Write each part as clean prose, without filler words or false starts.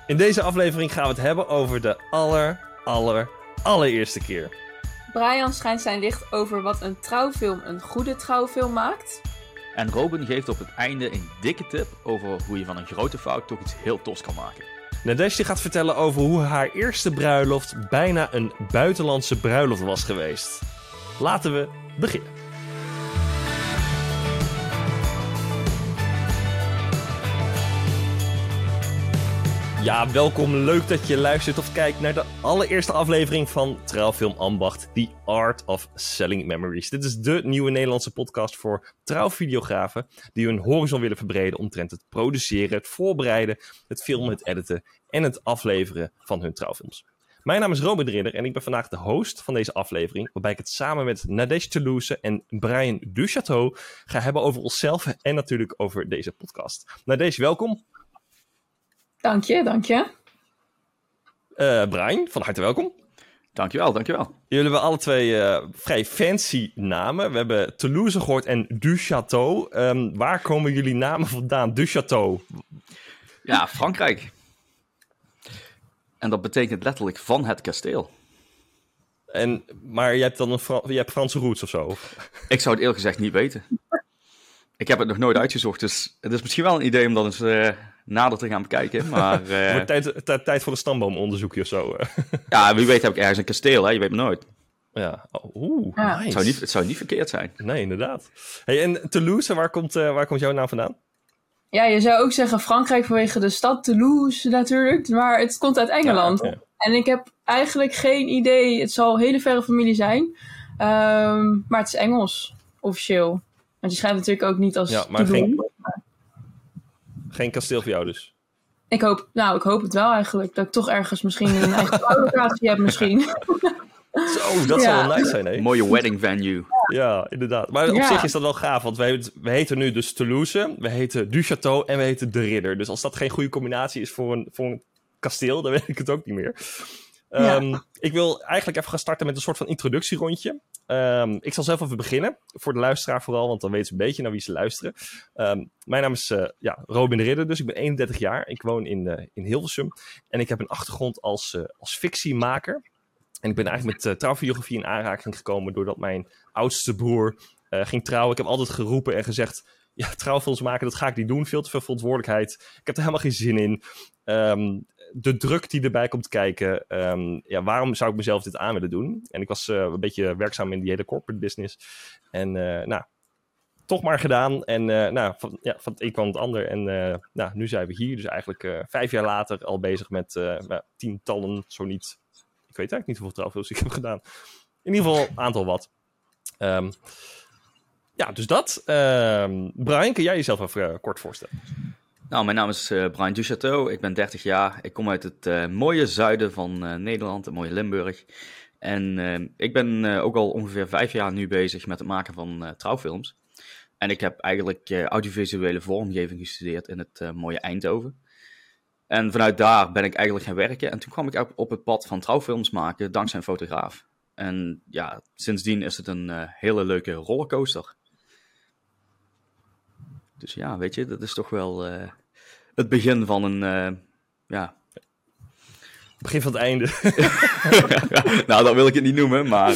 In deze aflevering gaan we het hebben over de allereerste keer. Brian schijnt zijn licht over wat een trouwfilm een goede trouwfilm maakt. En Robin geeft op het einde een dikke tip over hoe je van een grote fout toch iets heel tofs kan maken. Nadesh gaat vertellen over hoe haar eerste bruiloft bijna een buitenlandse bruiloft was geweest. Laten we beginnen. Ja, welkom. Leuk dat je luistert of kijkt naar de allereerste aflevering van Trouwfilm Ambacht, The Art of Selling Memories. Dit is de nieuwe Nederlandse podcast voor trouwvideografen die hun horizon willen verbreden omtrent het produceren, het voorbereiden, het filmen, het editen en het afleveren van hun trouwfilms. Mijn naam is Robin de Ridder en ik ben vandaag de host van deze aflevering, waarbij ik het samen met Nadesh Toulouse en Brian Duchateau ga hebben over onszelf en natuurlijk over deze podcast. Nadesh, welkom. Dank je. Brian, van harte welkom. Dankjewel. Jullie hebben alle twee vrij fancy namen. We hebben Toulouse gehoord en Duchateau. Waar komen jullie namen vandaan? Duchateau. Ja, Frankrijk. En dat betekent letterlijk van het kasteel. Maar je hebt dan je hebt Franse roots of zo? Ik zou het eerlijk gezegd niet weten. Ik heb het nog nooit uitgezocht, dus het is misschien wel een idee om dat eens nader te gaan bekijken. Maar tijd voor een stamboomonderzoekje of zo. Ja, wie weet heb ik ergens een kasteel, hè? Je weet me nooit. Ja, nice. Het zou niet verkeerd zijn. Nee, inderdaad. Hey, en Toulouse, waar komt jouw naam vandaan? Ja, je zou ook zeggen Frankrijk vanwege de stad Toulouse natuurlijk, maar het komt uit Engeland. Ja. En ik heb eigenlijk geen idee, het zal een hele verre familie zijn, maar het is Engels, officieel. Want je schrijft natuurlijk ook niet als Toulouse. Geen kasteel voor jou dus? Ik hoop het wel eigenlijk, dat ik toch ergens misschien een eigen trouwlocatie heb misschien. Zo, dat zou wel nice zijn, hè? Mooie wedding venue. Ja, inderdaad. Maar op zich is dat wel gaaf, want we heten nu dus Toulouse, we heten Duchateau en we heten De Ridder. Dus als dat geen goede combinatie is voor een kasteel, dan weet ik het ook niet meer. Ik wil eigenlijk even gaan starten met een soort van introductierondje. Ik zal zelf even beginnen, voor de luisteraar vooral, want dan weten ze een beetje naar wie ze luisteren. Mijn naam is Robin de Ridder, dus ik ben 31 jaar. Ik woon in Hilversum en ik heb een achtergrond als fictiemaker. En ik ben eigenlijk met trouwvideografie in aanraking gekomen doordat mijn oudste broer ging trouwen. Ik heb altijd geroepen en gezegd, ja, trouwfilms maken, dat ga ik niet doen. Veel te veel verantwoordelijkheid. Ik heb er helemaal geen zin in. De druk die erbij komt kijken. Waarom zou ik mezelf dit aan willen doen? En ik was een beetje werkzaam in die hele corporate business. En toch maar gedaan. En van het een kwam het ander. En nu zijn we hier. Dus eigenlijk 5 jaar later al bezig met tientallen, zo niet. Ik weet eigenlijk niet hoeveel trouwfilms ik heb gedaan. In ieder geval een aantal wat. Dus dat. Brian, kun jij jezelf even kort voorstellen? Nou, mijn naam is Brian Duchateau. Ik ben 30 jaar. Ik kom uit het mooie zuiden van Nederland, het mooie Limburg. En ik ben ook al ongeveer 5 jaar nu bezig met het maken van trouwfilms. En ik heb eigenlijk audiovisuele vormgeving gestudeerd in het mooie Eindhoven. En vanuit daar ben ik eigenlijk gaan werken. En toen kwam ik op het pad van trouwfilms maken, dankzij een fotograaf. En ja, sindsdien is het een hele leuke rollercoaster. Dus ja, weet je, dat is toch wel het begin van een, Begin van het einde. Nou, dat wil ik het niet noemen, maar...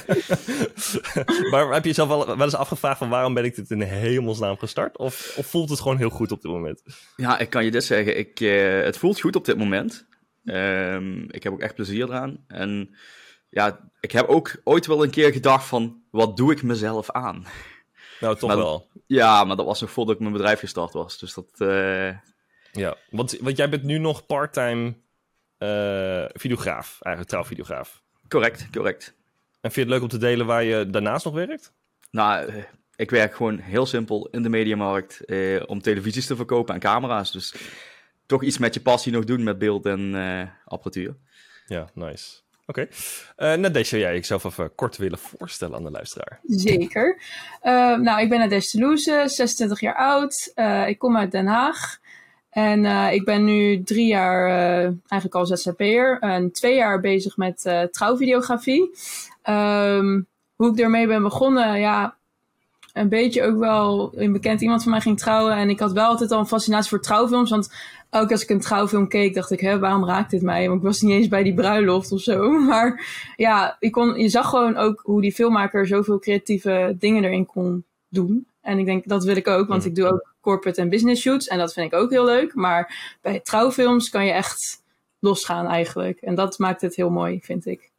Maar heb je jezelf wel eens afgevraagd van waarom ben ik dit in hemelsnaam gestart? Of voelt het gewoon heel goed op dit moment? Ja, ik kan je dit zeggen. Het voelt goed op dit moment. Ik heb ook echt plezier eraan. En ja, ik heb ook ooit wel een keer gedacht van, wat doe ik mezelf aan? Nou, toch wel. Ja, maar dat was nog voordat ik mijn bedrijf gestart was. Dus dat... Ja, want jij bent nu nog part-time videograaf, eigenlijk trouwvideograaf. Correct. En vind je het leuk om te delen waar je daarnaast nog werkt? Nou, ik werk gewoon heel simpel in de mediamarkt om televisies te verkopen en camera's. Dus toch iets met je passie nog doen met beeld en apparatuur. Ja, nice. Oké. Nadesh, zou jij jezelf even kort willen voorstellen aan de luisteraar? Zeker. Ik ben Nadesh Toulouse, 26 jaar oud. Ik kom uit Den Haag. En ik ben nu 3 jaar eigenlijk al ZZP'er en 2 jaar bezig met trouwvideografie. Hoe ik ermee ben begonnen, een beetje ook wel een bekend iemand van mij ging trouwen. En ik had wel altijd al een fascinatie voor trouwfilms. Want ook als ik een trouwfilm keek, dacht ik, waarom raakt dit mij? Want ik was niet eens bij die bruiloft of zo. Maar ja, je zag gewoon ook hoe die filmmaker zoveel creatieve dingen erin kon doen. En ik denk, dat wil ik ook, want ik doe ook corporate en business shoots. En dat vind ik ook heel leuk. Maar bij trouwfilms kan je echt losgaan eigenlijk. En dat maakt het heel mooi, vind ik.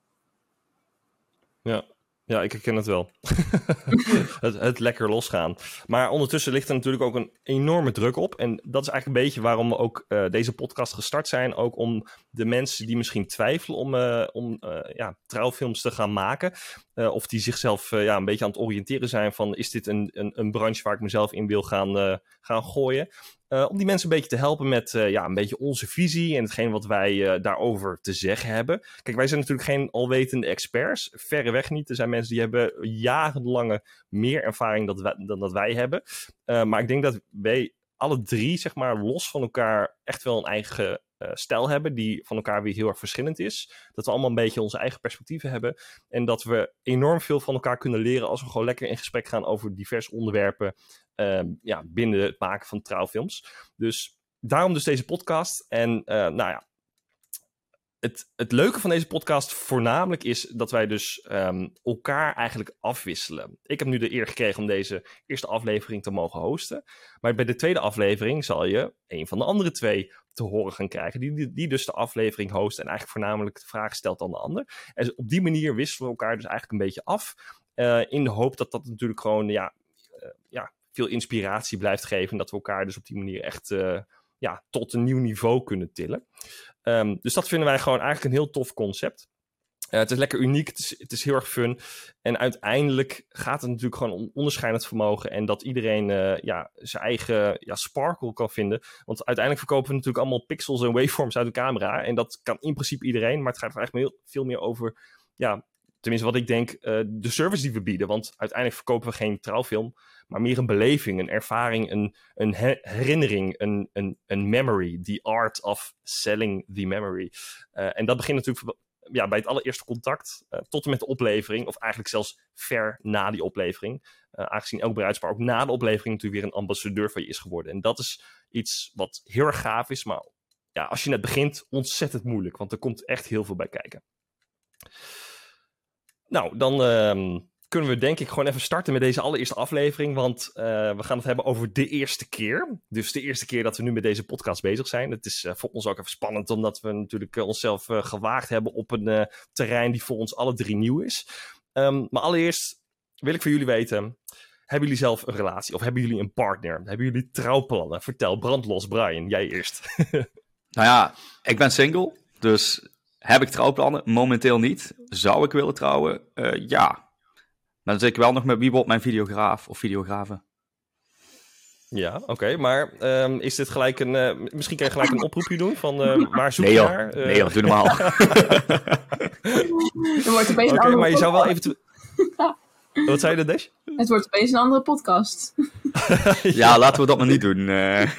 Ja, ik herken het wel. het lekker losgaan. Maar ondertussen ligt er natuurlijk ook een enorme druk op. En dat is eigenlijk een beetje waarom we ook deze podcast gestart zijn. Ook om de mensen die misschien twijfelen om trouwfilms te gaan maken. Of die zichzelf een beetje aan het oriënteren zijn van... is dit een branche waar ik mezelf in wil gaan gooien? Om die mensen een beetje te helpen met een beetje onze visie en hetgeen wat wij daarover te zeggen hebben. Kijk, wij zijn natuurlijk geen alwetende experts, verreweg niet. Er zijn mensen die hebben jarenlange meer ervaring dan dat wij hebben. Maar ik denk dat wij alle drie, zeg maar, los van elkaar echt wel een eigen stijl hebben, die van elkaar weer heel erg verschillend is. Dat we allemaal een beetje onze eigen perspectieven hebben. En dat we enorm veel van elkaar kunnen leren als we gewoon lekker in gesprek gaan over diverse onderwerpen binnen het maken van trouwfilms. Dus daarom dus deze podcast. En het leuke van deze podcast voornamelijk is dat wij dus elkaar eigenlijk afwisselen. Ik heb nu de eer gekregen om deze eerste aflevering te mogen hosten. Maar bij de tweede aflevering zal je een van de andere twee te horen gaan krijgen. Die dus de aflevering host en eigenlijk voornamelijk de vraag stelt aan de ander. En op die manier wisselen we elkaar dus eigenlijk een beetje af. In de hoop dat natuurlijk gewoon veel inspiratie blijft geven. En dat we elkaar dus op die manier echt tot een nieuw niveau kunnen tillen. Dus dat vinden wij gewoon eigenlijk een heel tof concept. Het is lekker uniek, het is heel erg fun. En uiteindelijk gaat het natuurlijk gewoon om onderscheidend vermogen. En dat iedereen zijn eigen sparkle kan vinden. Want uiteindelijk verkopen we natuurlijk allemaal pixels en waveforms uit de camera. En dat kan in principe iedereen. Maar het gaat er eigenlijk veel meer over... tenminste wat ik denk, de service die we bieden. Want uiteindelijk verkopen we geen trouwfilm, maar meer een beleving, een ervaring, een herinnering, een memory. The art of selling the memory. En dat begint natuurlijk bij het allereerste contact tot en met de oplevering. Of eigenlijk zelfs ver na die oplevering. Aangezien elk bruidspaar ook na de oplevering natuurlijk weer een ambassadeur van je is geworden. En dat is iets wat heel erg gaaf is. Maar als je net begint, ontzettend moeilijk. Want er komt echt heel veel bij kijken. Nou, dan kunnen we denk ik gewoon even starten met deze allereerste aflevering. Want we gaan het hebben over de eerste keer. Dus de eerste keer dat we nu met deze podcast bezig zijn. Het is voor ons ook even spannend, omdat we natuurlijk onszelf gewaagd hebben op een terrein die voor ons alle drie nieuw is. Maar allereerst wil ik van jullie weten, hebben jullie zelf een relatie? Of hebben jullie een partner? Hebben jullie trouwplannen? Vertel, brandlos, Brian, jij eerst. Nou ja, ik ben single, dus... Heb ik trouwplannen? Momenteel niet. Zou ik willen trouwen? Ja. Maar dan zit ik wel nog met wie wordt mijn videograaf of videografe. Ja, oké. Maar is dit gelijk een... misschien kan je gelijk een oproepje doen van waar zoek je naar? Nee, doe normaal. Oké, maar je zou wel even... Wat zei je, Dash? Het wordt opeens een andere podcast. Ja, laten we dat maar niet doen. Nee,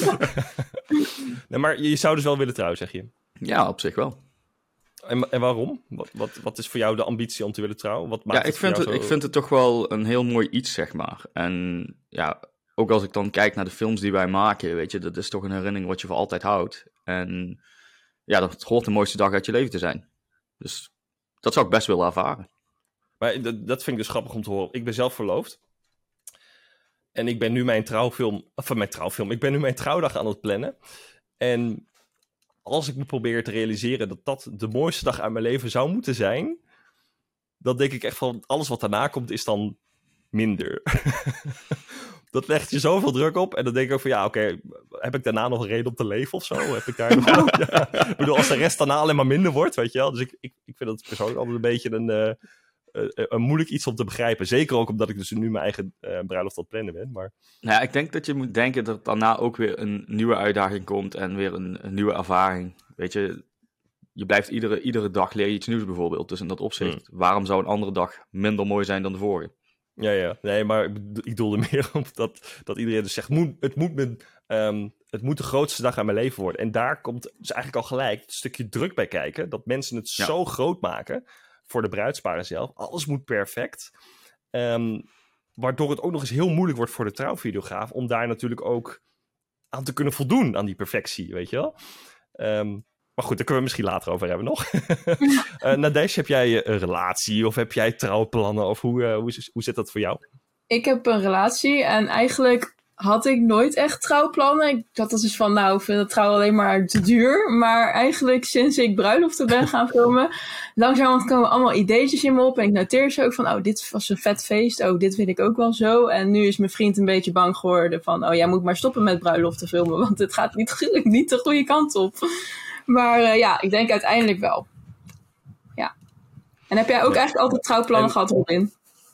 maar je zou dus wel willen trouwen, zeg je? Ja, op zich wel. En waarom? Wat is voor jou de ambitie om te willen trouwen? Wat maakt ik vind het toch wel een heel mooi iets, zeg maar. En ja, ook als ik dan kijk naar de films die wij maken, weet je, dat is toch een herinnering wat je voor altijd houdt. En ja, dat hoort de mooiste dag uit je leven te zijn. Dus dat zou ik best willen ervaren. Maar dat vind ik dus grappig om te horen. Ik ben zelf verloofd. En ik ben nu mijn trouwdag aan het plannen. En als ik me probeer te realiseren dat dat de mooiste dag uit mijn leven zou moeten zijn, dan denk ik echt van, alles wat daarna komt is dan minder. Dat legt je zoveel druk op. En dan denk ik ook van, oké, heb ik daarna nog een reden om te leven of zo? Heb ik daar nog... Ik bedoel, als de rest daarna alleen maar minder wordt, weet je wel. Dus ik vind dat persoonlijk altijd een beetje een moeilijk iets om te begrijpen. Zeker ook omdat ik dus nu mijn eigen bruiloft aan het plannen ben. Maar... Nou ja, ik denk dat je moet denken dat daarna ook weer een nieuwe uitdaging komt en weer een nieuwe ervaring. Weet je, je blijft iedere dag leer je iets nieuws bijvoorbeeld. Dus in dat opzicht, waarom zou een andere dag minder mooi zijn dan de vorige? Ja. Nee, maar ik bedoelde meer op dat iedereen dus zegt, het moet de grootste dag uit mijn leven worden. En daar komt dus eigenlijk al gelijk een stukje druk bij kijken. Dat mensen het zo groot maken voor de bruidsparen zelf. Alles moet perfect. waardoor het ook nog eens heel moeilijk wordt voor de trouwvideograaf om daar natuurlijk ook aan te kunnen voldoen aan die perfectie, weet je wel. Maar goed, daar kunnen we misschien later over hebben nog. Nadège, heb jij een relatie of heb jij trouwplannen? Of hoe zit dat voor jou? Ik heb een relatie en eigenlijk had ik nooit echt trouwplannen. Ik had dat dus van, ik vind het trouw alleen maar te duur. Maar eigenlijk sinds ik bruiloften ben gaan filmen, langzamerhand komen allemaal ideetjes in me op. En ik noteer ze ook van, dit was een vet feest. Oh, dit wil ik ook wel zo. En nu is mijn vriend een beetje bang geworden van, jij moet maar stoppen met bruiloften filmen. Want het gaat niet de goede kant op. Maar ik denk uiteindelijk wel. Ja. En heb jij ook eigenlijk altijd trouwplannen gehad, Robin?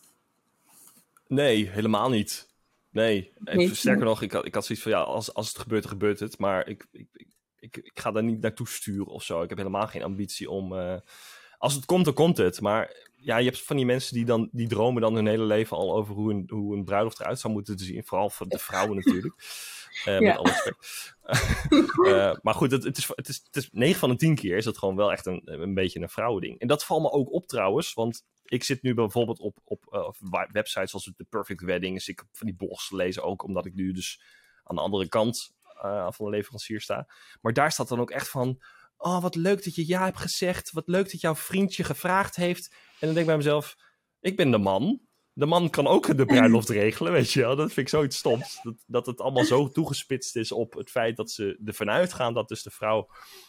Nee, helemaal niet. Nee. Sterker nog, ik had zoiets van, als het gebeurt, dan gebeurt het. Maar ik ga daar niet naartoe sturen of zo. Ik heb helemaal geen ambitie om... als het komt, dan komt het. Maar je hebt van die mensen die dromen dan hun hele leven al over hoe een bruiloft eruit zou moeten te zien. Vooral voor de vrouwen natuurlijk. Met alle respect. Maar goed, het is 9 van de 10 keer is het gewoon wel echt een beetje een vrouwending. En dat valt me ook op trouwens, want ik zit nu bijvoorbeeld op websites zoals The Perfect Wedding. Dus ik heb van die blogs lezen ook, omdat ik nu dus aan de andere kant van de leverancier sta. Maar daar staat dan ook echt van, wat leuk dat je ja hebt gezegd. Wat leuk dat jouw vriendje gevraagd heeft. En dan denk ik bij mezelf, ik ben de man. De man kan ook de bruiloft regelen, weet je wel. Dat vind ik zoiets stoms. Dat het allemaal zo toegespitst is op het feit dat ze ervan uitgaan dat dus de vrouw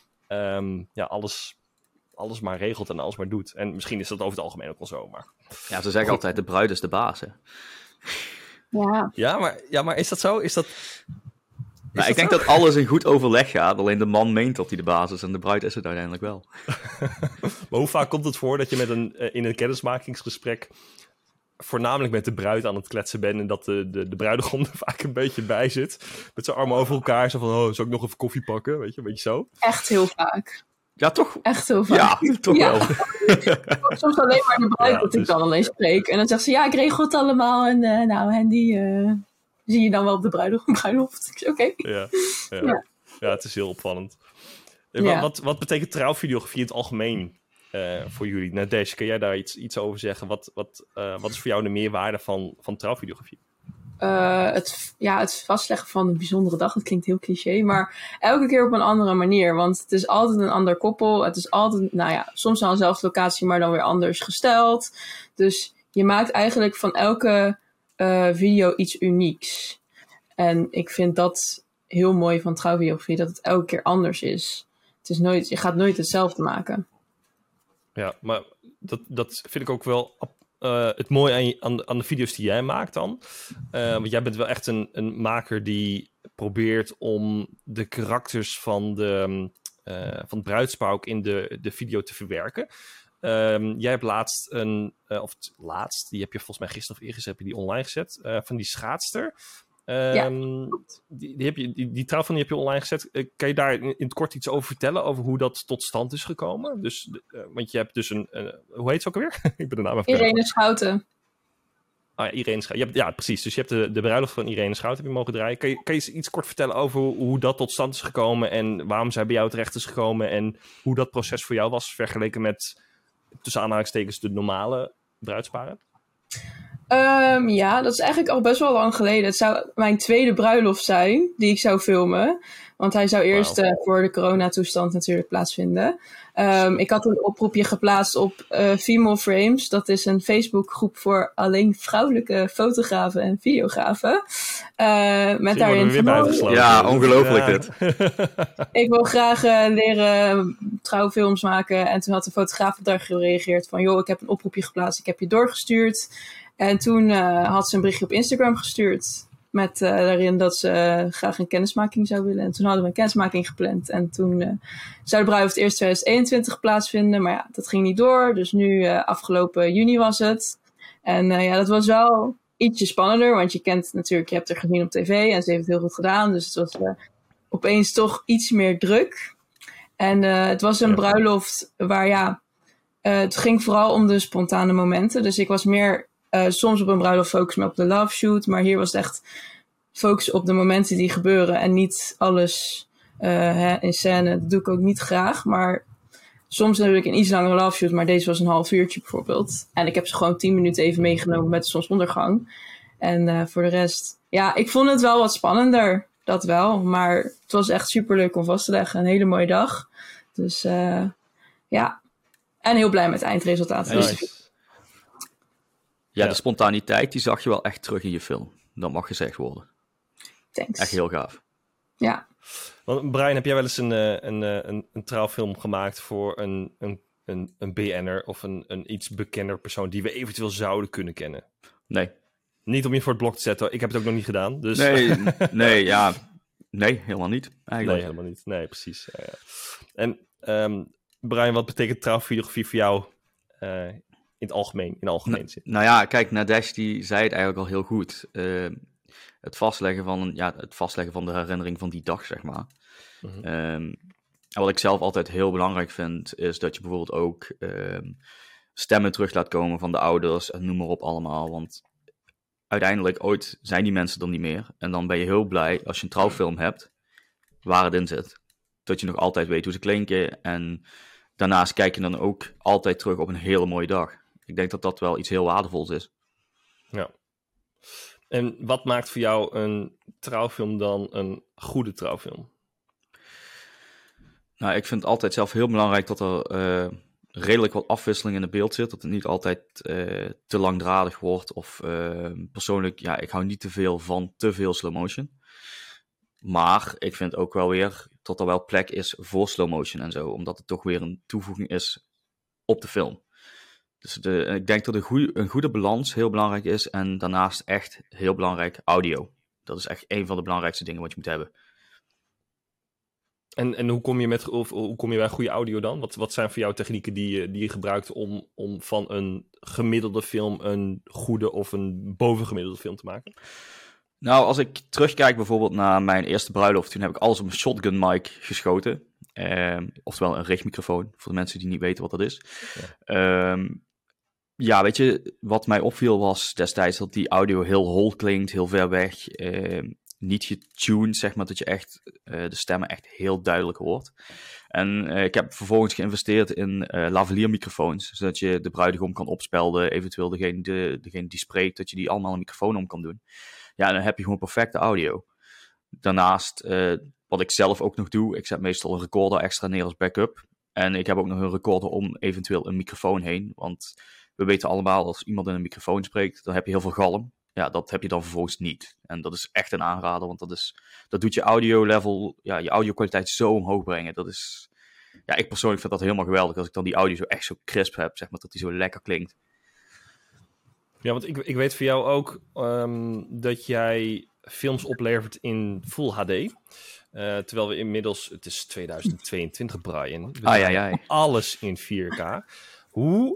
alles maar regelt en alles maar doet. En misschien is dat over het algemeen ook wel zo, maar... Ja, ze zeggen altijd, de bruid is de baas, hè? Ja, maar is dat zo? Ik denk dat alles in goed overleg gaat. Alleen de man meent dat hij de baas is en de bruid is het uiteindelijk wel. Maar hoe vaak komt het voor dat je in een kennismakingsgesprek voornamelijk met de bruid aan het kletsen bent en dat de bruidegom er vaak een beetje bij zit? Met zijn armen over elkaar, zo van, zal ik nog even koffie pakken? Weet je, een beetje zo. Echt heel vaak. Ja, toch? Echt heel vaak. Ja, toch wel. Soms alleen maar de bruid dat ik dan alleen spreek. En dan zegt ze, ik regel het allemaal. En en die zie je dan wel op de bruiloft. Ik zeg, oké. Ja, het is heel opvallend. Wat betekent trouwvideografie in het algemeen voor jullie? Nadège, kun jij daar iets over zeggen? Wat is voor jou de meerwaarde van trouwvideografie? Het vastleggen van een bijzondere dag. Dat klinkt heel cliché, maar elke keer op een andere manier. Want het is altijd een ander koppel. Het is altijd, soms wel dezelfde locatie, maar dan weer anders gesteld. Dus je maakt eigenlijk van elke video iets unieks. En ik vind dat heel mooi van trouwvideografie, dat het elke keer anders is. Je gaat nooit hetzelfde maken. Ja, maar dat vind ik ook wel het mooie aan de video's die jij maakt dan. Want jij bent wel echt een maker die probeert om de karakters van het bruidspaar ook in de video te verwerken. Jij hebt die heb je volgens mij gisteren of eergisteren heb je die online gezet, van die schaatster. Die trouw van die heb je online gezet. Kan je daar in het kort iets over vertellen? Over hoe dat tot stand is gekomen? Dus, want je hebt dus hoe heet ze ook alweer? Ik ben de naam even Irene Schouten. Irene Schouten. Ja, precies. Dus je hebt de bruiloft van Irene Schouten heb je mogen draaien. Kan je iets kort vertellen over hoe dat tot stand is gekomen en waarom zij bij jou terecht is gekomen en hoe dat proces voor jou was vergeleken met, tussen aanhalingstekens, de normale bruidsparen? Dat is eigenlijk al best wel lang geleden. Het zou mijn tweede bruiloft zijn die ik zou filmen. Want hij zou eerst voor de coronatoestand natuurlijk plaatsvinden. Ik had een oproepje geplaatst op Female Frames. Dat is een Facebookgroep voor alleen vrouwelijke fotografen en videografen. Met daarin van... Ja, ongelooflijk dit. Ik wil graag leren trouwfilms maken. En toen had de fotograaf daar gereageerd van... joh, ik heb een oproepje geplaatst, ik heb je doorgestuurd. En toen had ze een berichtje op Instagram gestuurd. Met daarin dat ze graag een kennismaking zou willen. En toen hadden we een kennismaking gepland. En toen zou de bruiloft eerst 2021 plaatsvinden. Maar ja, dat ging niet door. Dus nu afgelopen juni was het. En dat was wel ietsje spannender. Want je hebt er gezien op tv. En ze heeft het heel goed gedaan. Dus het was opeens toch iets meer druk. En het was een bruiloft waar het ging vooral om de spontane momenten. Dus ik was meer... soms op een bruiloft focus me op de love shoot. Maar hier was het echt focus op de momenten die gebeuren. En niet alles in scène. Dat doe ik ook niet graag. Maar soms heb ik een iets langere love shoot. Maar deze was een half uurtje bijvoorbeeld. En ik heb ze gewoon 10 minuten even meegenomen met de zonsondergang. En voor de rest, ja, ik vond het wel wat spannender. Dat wel, maar het was echt super leuk om vast te leggen. Een hele mooie dag. Dus ja, en heel blij met het eindresultaat. Nice. Ja, de spontaniteit die zag je wel echt terug in je film. Dat mag gezegd worden. Thanks. Echt heel gaaf. Ja. Want Brian, heb jij wel eens een trouwfilm gemaakt voor een BN'er of een iets bekender persoon die we eventueel zouden kunnen kennen? Nee. Niet om je voor het blok te zetten. Ik heb het ook nog niet gedaan. Dus... Nee, helemaal niet. Eigenlijk. Nee, helemaal niet. Nee, precies. Ja. En Brian, wat betekent trouwfotografie voor jou in het algemeen zin? Nou ja, kijk, Nadesh die zei het eigenlijk al heel goed. Het vastleggen van de herinnering van die dag, zeg maar. Mm-hmm. En wat ik zelf altijd heel belangrijk vind, is dat je bijvoorbeeld ook stemmen terug laat komen van de ouders en noem maar op allemaal. Want uiteindelijk, ooit zijn die mensen er niet meer. En dan ben je heel blij als je een trouwfilm hebt waar het in zit. Dat je nog altijd weet hoe ze klinken. En daarnaast kijk je dan ook altijd terug op een hele mooie dag. Ik denk dat dat wel iets heel waardevols is. Ja. En wat maakt voor jou een trouwfilm dan een goede trouwfilm? Nou, ik vind het altijd zelf heel belangrijk dat er redelijk wat afwisseling in het beeld zit. Dat het niet altijd te langdradig wordt. Of persoonlijk, ja, ik hou niet te veel van te veel slow motion. Maar ik vind ook wel weer dat er wel plek is voor slow motion en zo. Omdat het toch weer een toevoeging is op de film. Dus ik denk dat een goede balans heel belangrijk is. En daarnaast echt heel belangrijk audio. Dat is echt een van de belangrijkste dingen wat je moet hebben. En hoe kom je bij goede audio dan? Wat zijn voor jou technieken die je gebruikt om van een gemiddelde film een goede of een bovengemiddelde film te maken? Nou, als ik terugkijk bijvoorbeeld naar mijn eerste bruiloft, toen heb ik alles op een shotgun mic geschoten. Oftewel een richtmicrofoon, voor de mensen die niet weten wat dat is. Ja, weet je, wat mij opviel was destijds dat die audio heel hol klinkt, heel ver weg. Niet getuned, zeg maar, dat je echt de stemmen echt heel duidelijk hoort. En ik heb vervolgens geïnvesteerd in lavalier microfoons, zodat je de bruidegom kan opspelden, eventueel degene die spreekt, dat je die allemaal een microfoon om kan doen. Ja, dan heb je gewoon perfecte audio. Daarnaast, wat ik zelf ook nog doe, ik zet meestal een recorder extra neer als backup. En ik heb ook nog een recorder om eventueel een microfoon heen, want we weten allemaal, als iemand in een microfoon spreekt, dan heb je heel veel galm. Ja, dat heb je dan vervolgens niet. En dat is echt een aanrader, want dat doet je audio level, ja, je audio kwaliteit zo omhoog brengen. Dat is, ja, ik persoonlijk vind dat helemaal geweldig, als ik dan die audio zo echt zo crisp heb, zeg maar, dat die zo lekker klinkt. Ja, want ik weet voor jou ook dat jij films oplevert in Full HD. Terwijl we inmiddels, het is 2022, Brian. Ai. Alles in 4K. Hoe?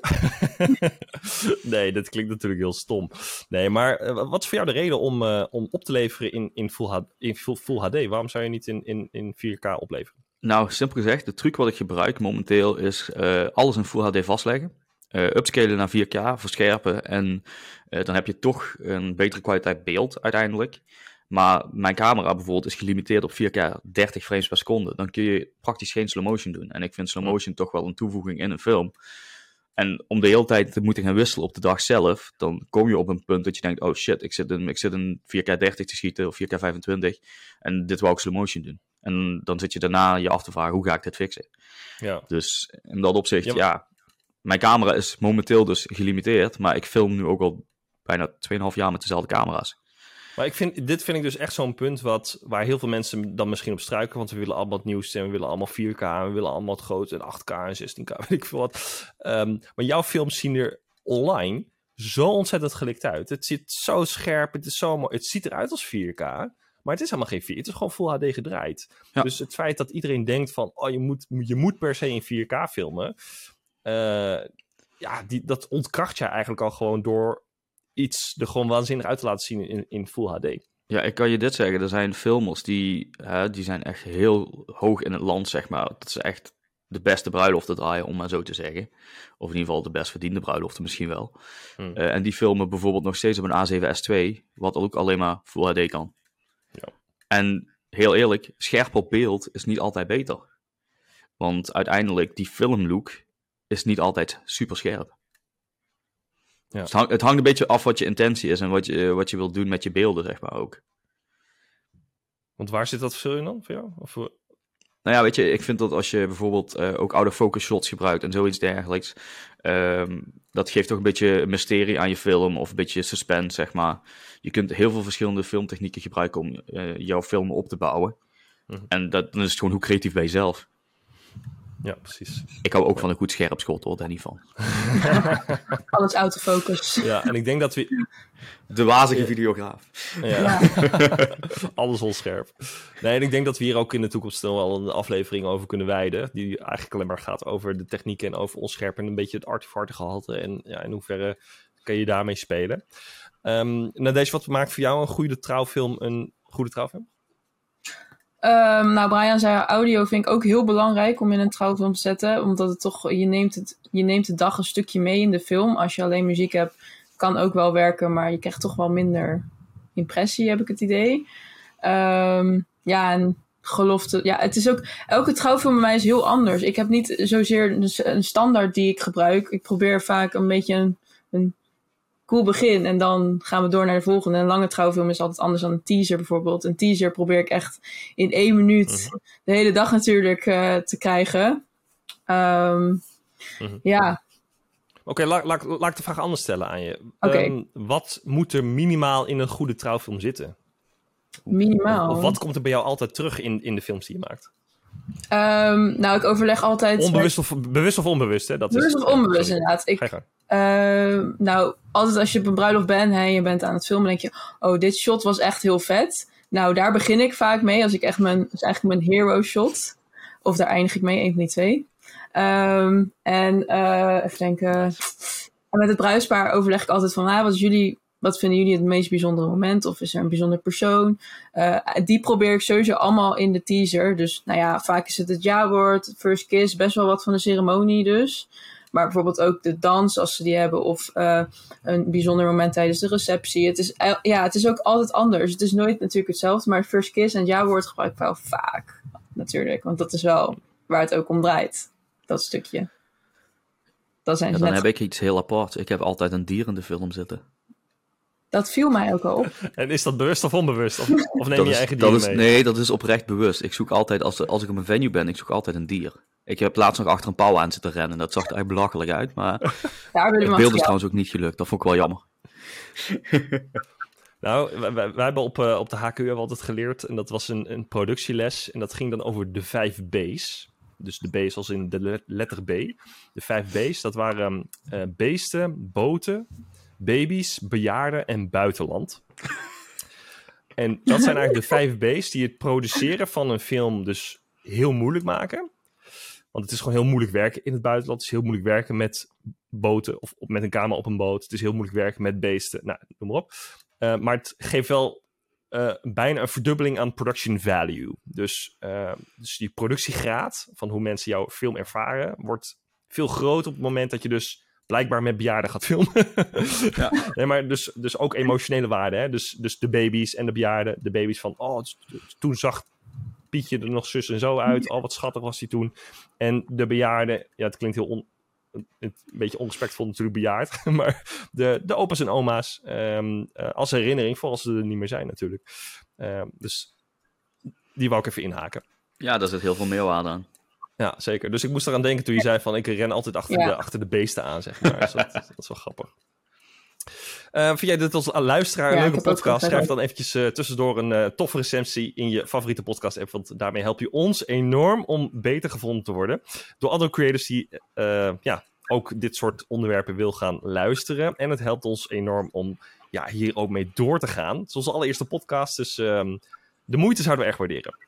Nee, dat klinkt natuurlijk heel stom. Nee, maar wat is voor jou de reden om op te leveren in Full HD? Waarom zou je niet in 4K opleveren? Nou, simpel gezegd, de truc wat ik gebruik momenteel is alles in Full HD vastleggen. Upscalen naar 4K, verscherpen en dan heb je toch een betere kwaliteit beeld uiteindelijk. Maar mijn camera bijvoorbeeld is gelimiteerd op 4K 30 frames per seconde. Dan kun je praktisch geen slow motion doen. En ik vind slow motion toch wel een toevoeging in een film. En om de hele tijd te moeten gaan wisselen op de dag zelf, dan kom je op een punt dat je denkt, oh shit, ik zit in 4K 30 te schieten of 4K 25 en dit wou ik slow motion doen. En dan zit je daarna je af te vragen, hoe ga ik dit fixen? Ja. Dus in dat opzicht, ja, mijn camera is momenteel dus gelimiteerd, maar ik film nu ook al bijna 2,5 jaar met dezelfde camera's. Maar dit vind ik dus echt zo'n punt waar heel veel mensen dan misschien op struiken, want we willen allemaal het nieuwste en we willen allemaal 4K en we willen allemaal het grote en 8K en 16K, weet ik veel wat. Maar jouw films zien er online zo ontzettend gelikt uit. Het zit zo scherp, het is zo mooi. Het ziet eruit als 4K, maar het is helemaal geen 4K. Het is gewoon Full HD gedraaid. Ja. Dus het feit dat iedereen denkt van, oh, je moet per se in 4K filmen, dat ontkracht je eigenlijk al gewoon door iets er gewoon waanzinnig uit te laten zien in Full HD. Ja, ik kan je dit zeggen. Er zijn filmers die zijn echt heel hoog in het land, zeg maar. Dat is echt de beste bruiloften draaien, om maar zo te zeggen. Of in ieder geval de best verdiende bruiloften misschien wel. En die filmen bijvoorbeeld nog steeds op een A7S2, wat ook alleen maar Full HD kan. Ja. En heel eerlijk, scherp op beeld is niet altijd beter. Want uiteindelijk, die filmlook is niet altijd super scherp. Ja. Dus het hangt een beetje af wat je intentie is en wat je wilt doen met je beelden, zeg maar ook. Want waar zit dat verschil in dan voor jou? Of voor... Nou ja, weet je, ik vind dat als je bijvoorbeeld ook out-of-focus shots gebruikt en zoiets dergelijks, dat geeft toch een beetje mysterie aan je film of een beetje suspense, zeg maar. Je kunt heel veel verschillende filmtechnieken gebruiken om jouw film op te bouwen. En dan is het gewoon hoe creatief ben je zelf. Ja, precies. Ik hou ook van een goed scherp schot, hoor, daar niet van. Alles autofocus. Ja, en ik denk dat we... De wazige videograaf. Ja. Alles onscherp. Nee, en ik denk dat we hier ook in de toekomst nog wel een aflevering over kunnen wijden. Die eigenlijk alleen maar gaat over de techniek en over onscherp. En een beetje het artifartige gehalte. En ja, in hoeverre kan je daarmee spelen. Nadege, wat maakt voor jou een goede trouwfilm een goede trouwfilm? Nou, Brian zei audio vind ik ook heel belangrijk om in een trouwfilm te zetten. Omdat het toch, je neemt de dag een stukje mee in de film. Als je alleen muziek hebt, kan ook wel werken, maar je krijgt toch wel minder impressie, heb ik het idee. Ja, en gelofte. Ja, het is ook, elke trouwfilm bij mij is heel anders. Ik heb niet zozeer een standaard die ik gebruik. Ik probeer vaak een beetje een cool begin en dan gaan we door naar de volgende. Een lange trouwfilm is altijd anders dan een teaser bijvoorbeeld. Een teaser probeer ik echt in 1 minuut de hele dag natuurlijk te krijgen. Ja. Oké, laat ik de vraag anders stellen aan je. Okay. Wat moet er minimaal in een goede trouwfilm zitten? Minimaal? Of wat komt er bij jou altijd terug in de films die je maakt? Nou, ik overleg altijd... Bewust of onbewust, hè? Bewust of onbewust, inderdaad. Nou, altijd als je op een bruiloft bent en je bent aan het filmen, denk je, oh, dit shot was echt heel vet. Nou, daar begin ik vaak mee. Dat is eigenlijk mijn hero shot. Of daar eindig ik mee, 1 van die 2. Even denken. En met het bruidspaar overleg ik altijd van, wat vinden jullie het meest bijzondere moment? Of is er een bijzonder persoon? Die probeer ik sowieso allemaal in de teaser. Dus nou ja, vaak is het ja-woord, first kiss, best wel wat van de ceremonie dus. Maar bijvoorbeeld ook de dans, als ze die hebben. Of een bijzonder moment tijdens de receptie. Het is ook altijd anders. Het is nooit natuurlijk hetzelfde. Maar first kiss en het ja-woord gebruik ik wel vaak. Natuurlijk, want dat is wel waar het ook om draait. Dat stukje. Dan heb ik iets heel apart. Ik heb altijd een dier in de film zitten. Dat viel mij ook al op. En is dat bewust of onbewust? Of neem je eigen dier mee? Nee, dat is oprecht bewust. Ik zoek altijd, als ik op een venue ben, ik zoek altijd een dier. Ik heb laatst nog achter een pauw aan zitten rennen. Dat zag er echt belachelijk uit, maar het beeld is trouwens ook niet gelukt. Dat vond ik wel jammer. Nou, wij hebben op de HQ hebben we altijd geleerd, en dat was een productieles, en dat ging dan over de 5 B's. Dus de B's als in de letter B. De 5 B's, dat waren beesten, boten, baby's, bejaarden en buitenland. En dat zijn eigenlijk de 5 B's die het produceren van een film dus heel moeilijk maken. Want het is gewoon heel moeilijk werken in het buitenland. Het is heel moeilijk werken met boten of met een camera op een boot. Het is heel moeilijk werken met beesten. Nou, noem maar op. Maar het geeft wel bijna een verdubbeling aan production value. Dus die productiegraad van hoe mensen jouw film ervaren wordt veel groter op het moment dat je dus blijkbaar met bejaarden gaat filmen. Ja. Nee, maar dus ook emotionele waarde. Hè? Dus de baby's en de bejaarden. De baby's van, toen zag Pietje er nog zus en zo uit. Wat schattig was hij toen. En de bejaarden, ja, het klinkt heel een beetje onrespectvol natuurlijk bejaard. Maar de opa's en oma's als herinnering, voor als ze er niet meer zijn natuurlijk. Dus die wou ik even inhaken. Ja, daar zit heel veel meerwaarde aan. Ja, zeker. Dus ik moest eraan denken toen je zei van ik ren altijd achter de beesten aan, zeg maar. Dus dat is wel grappig. Vind jij dit als luisteraar een leuke podcast? Schrijf dan eventjes tussendoor een toffe recensie in je favoriete podcast app. Want daarmee help je ons enorm om beter gevonden te worden. Door andere creators die ook dit soort onderwerpen wil gaan luisteren. En het helpt ons enorm om hier ook mee door te gaan. Het is onze allereerste podcast. Dus de moeite zouden we echt waarderen.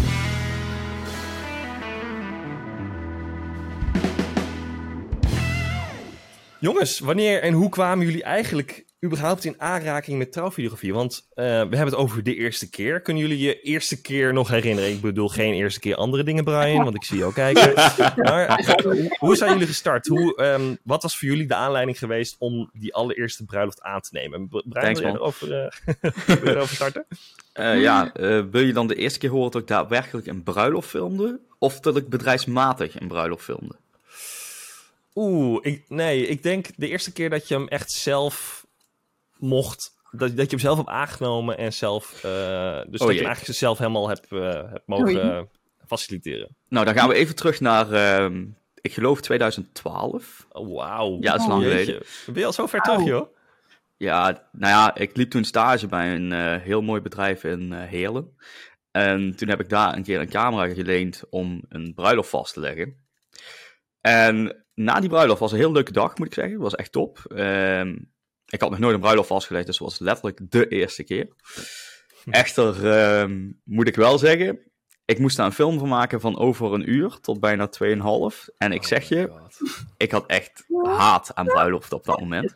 Jongens, wanneer en hoe kwamen jullie eigenlijk überhaupt in aanraking met trouwvideografie? Want we hebben het over de eerste keer. Kunnen jullie je eerste keer nog herinneren? Ik bedoel geen eerste keer andere dingen, Brian, want ik zie jou kijken. Maar hoe zijn jullie gestart? Wat was voor jullie de aanleiding geweest om die allereerste bruiloft aan te nemen? Brian, wil je erover starten? Wil je dan de eerste keer horen dat ik daadwerkelijk een bruiloft filmde? Of dat ik bedrijfsmatig een bruiloft filmde? Ik denk de eerste keer dat je hem echt zelf mocht... Dat je hem zelf hebt aangenomen en zelf... dus dat je hem eigenlijk zelf helemaal hebt mogen faciliteren. Nou, dan gaan we even terug naar... ik geloof 2012. Oh, wauw. Ja, dat is lang geleden. Ben je al zo ver terug, joh? Ja, nou ja, ik liep toen stage bij een heel mooi bedrijf in Heerlen. En toen heb ik daar een keer een camera geleend om een bruiloft vast te leggen. En na die bruiloft was een heel leuke dag, moet ik zeggen. Het was echt top. Ik had nog nooit een bruiloft vastgelegd, dus het was letterlijk de eerste keer. Echter, moet ik wel zeggen... Ik moest daar een film van maken van over een uur tot bijna 2,5. En ik zeg je, ik had echt haat aan bruiloft op dat moment.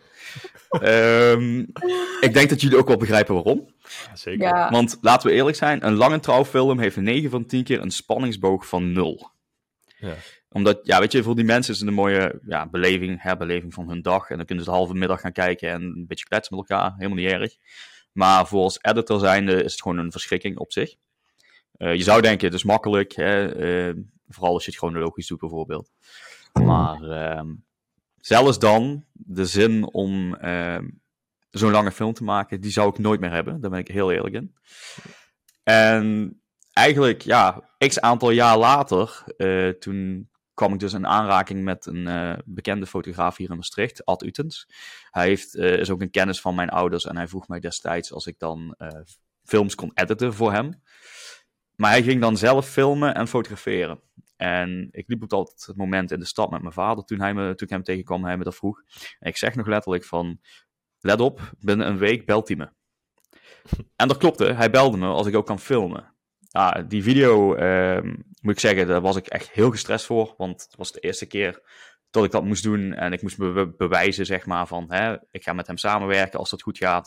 Ik denk dat jullie ook wel begrijpen waarom. Ja, zeker. Ja. Want laten we eerlijk zijn, een lange trouwfilm heeft 9 van 10 keer een spanningsboog van 0. Ja. Omdat, ja, weet je, voor die mensen is het een mooie herbeleving van hun dag. En dan kunnen ze de halve middag gaan kijken en een beetje kletsen met elkaar. Helemaal niet erg. Maar voor als editor zijnde is het gewoon een verschrikking op zich. Je zou denken, het is makkelijk, hè? Vooral als je het chronologisch doet bijvoorbeeld. Maar zelfs dan, de zin om zo'n lange film te maken, die zou ik nooit meer hebben. Daar ben ik heel eerlijk in. En eigenlijk, ja, x aantal jaar later, toen kwam ik dus in aanraking met een bekende fotograaf hier in Maastricht, Ad Utens. Hij is ook een kennis van mijn ouders en hij vroeg mij destijds als ik dan films kon editen voor hem. Maar hij ging dan zelf filmen en fotograferen. En ik liep op dat moment in de stad met mijn vader toen ik hem tegenkwam en hij me dat vroeg. En ik zeg nog letterlijk van, let op, binnen een week belt hij me. En dat klopte, hij belde me als ik ook kan filmen. Ja, die video, moet ik zeggen, daar was ik echt heel gestrest voor. Want het was de eerste keer dat ik dat moest doen. En ik moest me bewijzen, zeg maar, van ik ga met hem samenwerken als dat goed gaat.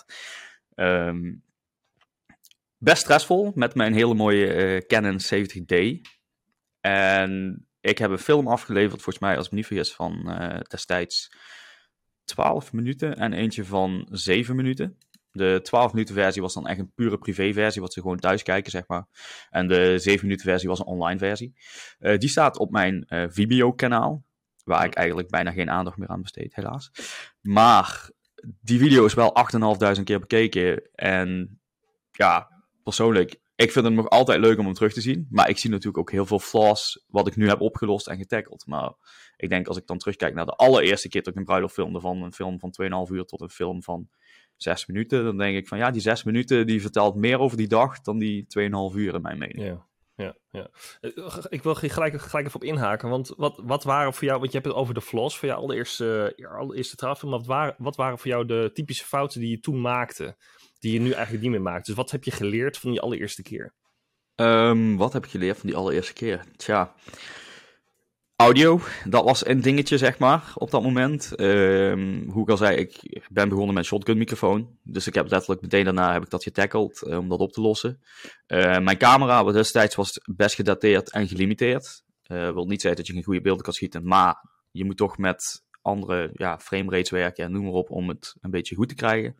Best stressvol, met mijn hele mooie Canon 70D. En ik heb een film afgeleverd, volgens mij, als ik me niet vergis, van destijds 12 minuten en eentje van 7 minuten. De 12 minuten versie was dan echt een pure privé versie, wat ze gewoon thuis kijken, zeg maar. En de 7 minuten versie was een online versie. Die staat op mijn Vimeo kanaal, waar ik eigenlijk bijna geen aandacht meer aan besteed, helaas. Maar die video is wel 8.500 keer bekeken. En ja, persoonlijk, ik vind het nog altijd leuk om hem terug te zien. Maar ik zie natuurlijk ook heel veel flaws wat ik nu heb opgelost en getackeld. Maar ik denk als ik dan terugkijk naar de allereerste keer dat ik een bruiloft filmde, van een film van 2,5 uur tot een film van 6 minuten. Dan denk ik van ja, die 6 minuten die vertelt meer over die dag dan die 2,5 uur in mijn mening. Ja. Ik wil gelijk even op inhaken. Want wat waren voor jou, want je hebt het over de flaws voor je allereerste trouwfilm. Maar wat waren voor jou de typische fouten die je toen maakte, die je nu eigenlijk niet meer maakt? Dus wat heb je geleerd van die allereerste keer? Wat heb ik geleerd van die allereerste keer? Tja, audio, dat was een dingetje, zeg maar, op dat moment. Hoe ik al zei, ik ben begonnen met een shotgun microfoon. Dus ik heb letterlijk meteen daarna heb ik dat getackled om dat op te lossen. Mijn camera destijds was best gedateerd en gelimiteerd. Wil niet zeggen dat je geen goede beelden kan schieten, maar je moet toch met andere frame rates werken en noem maar op om het een beetje goed te krijgen.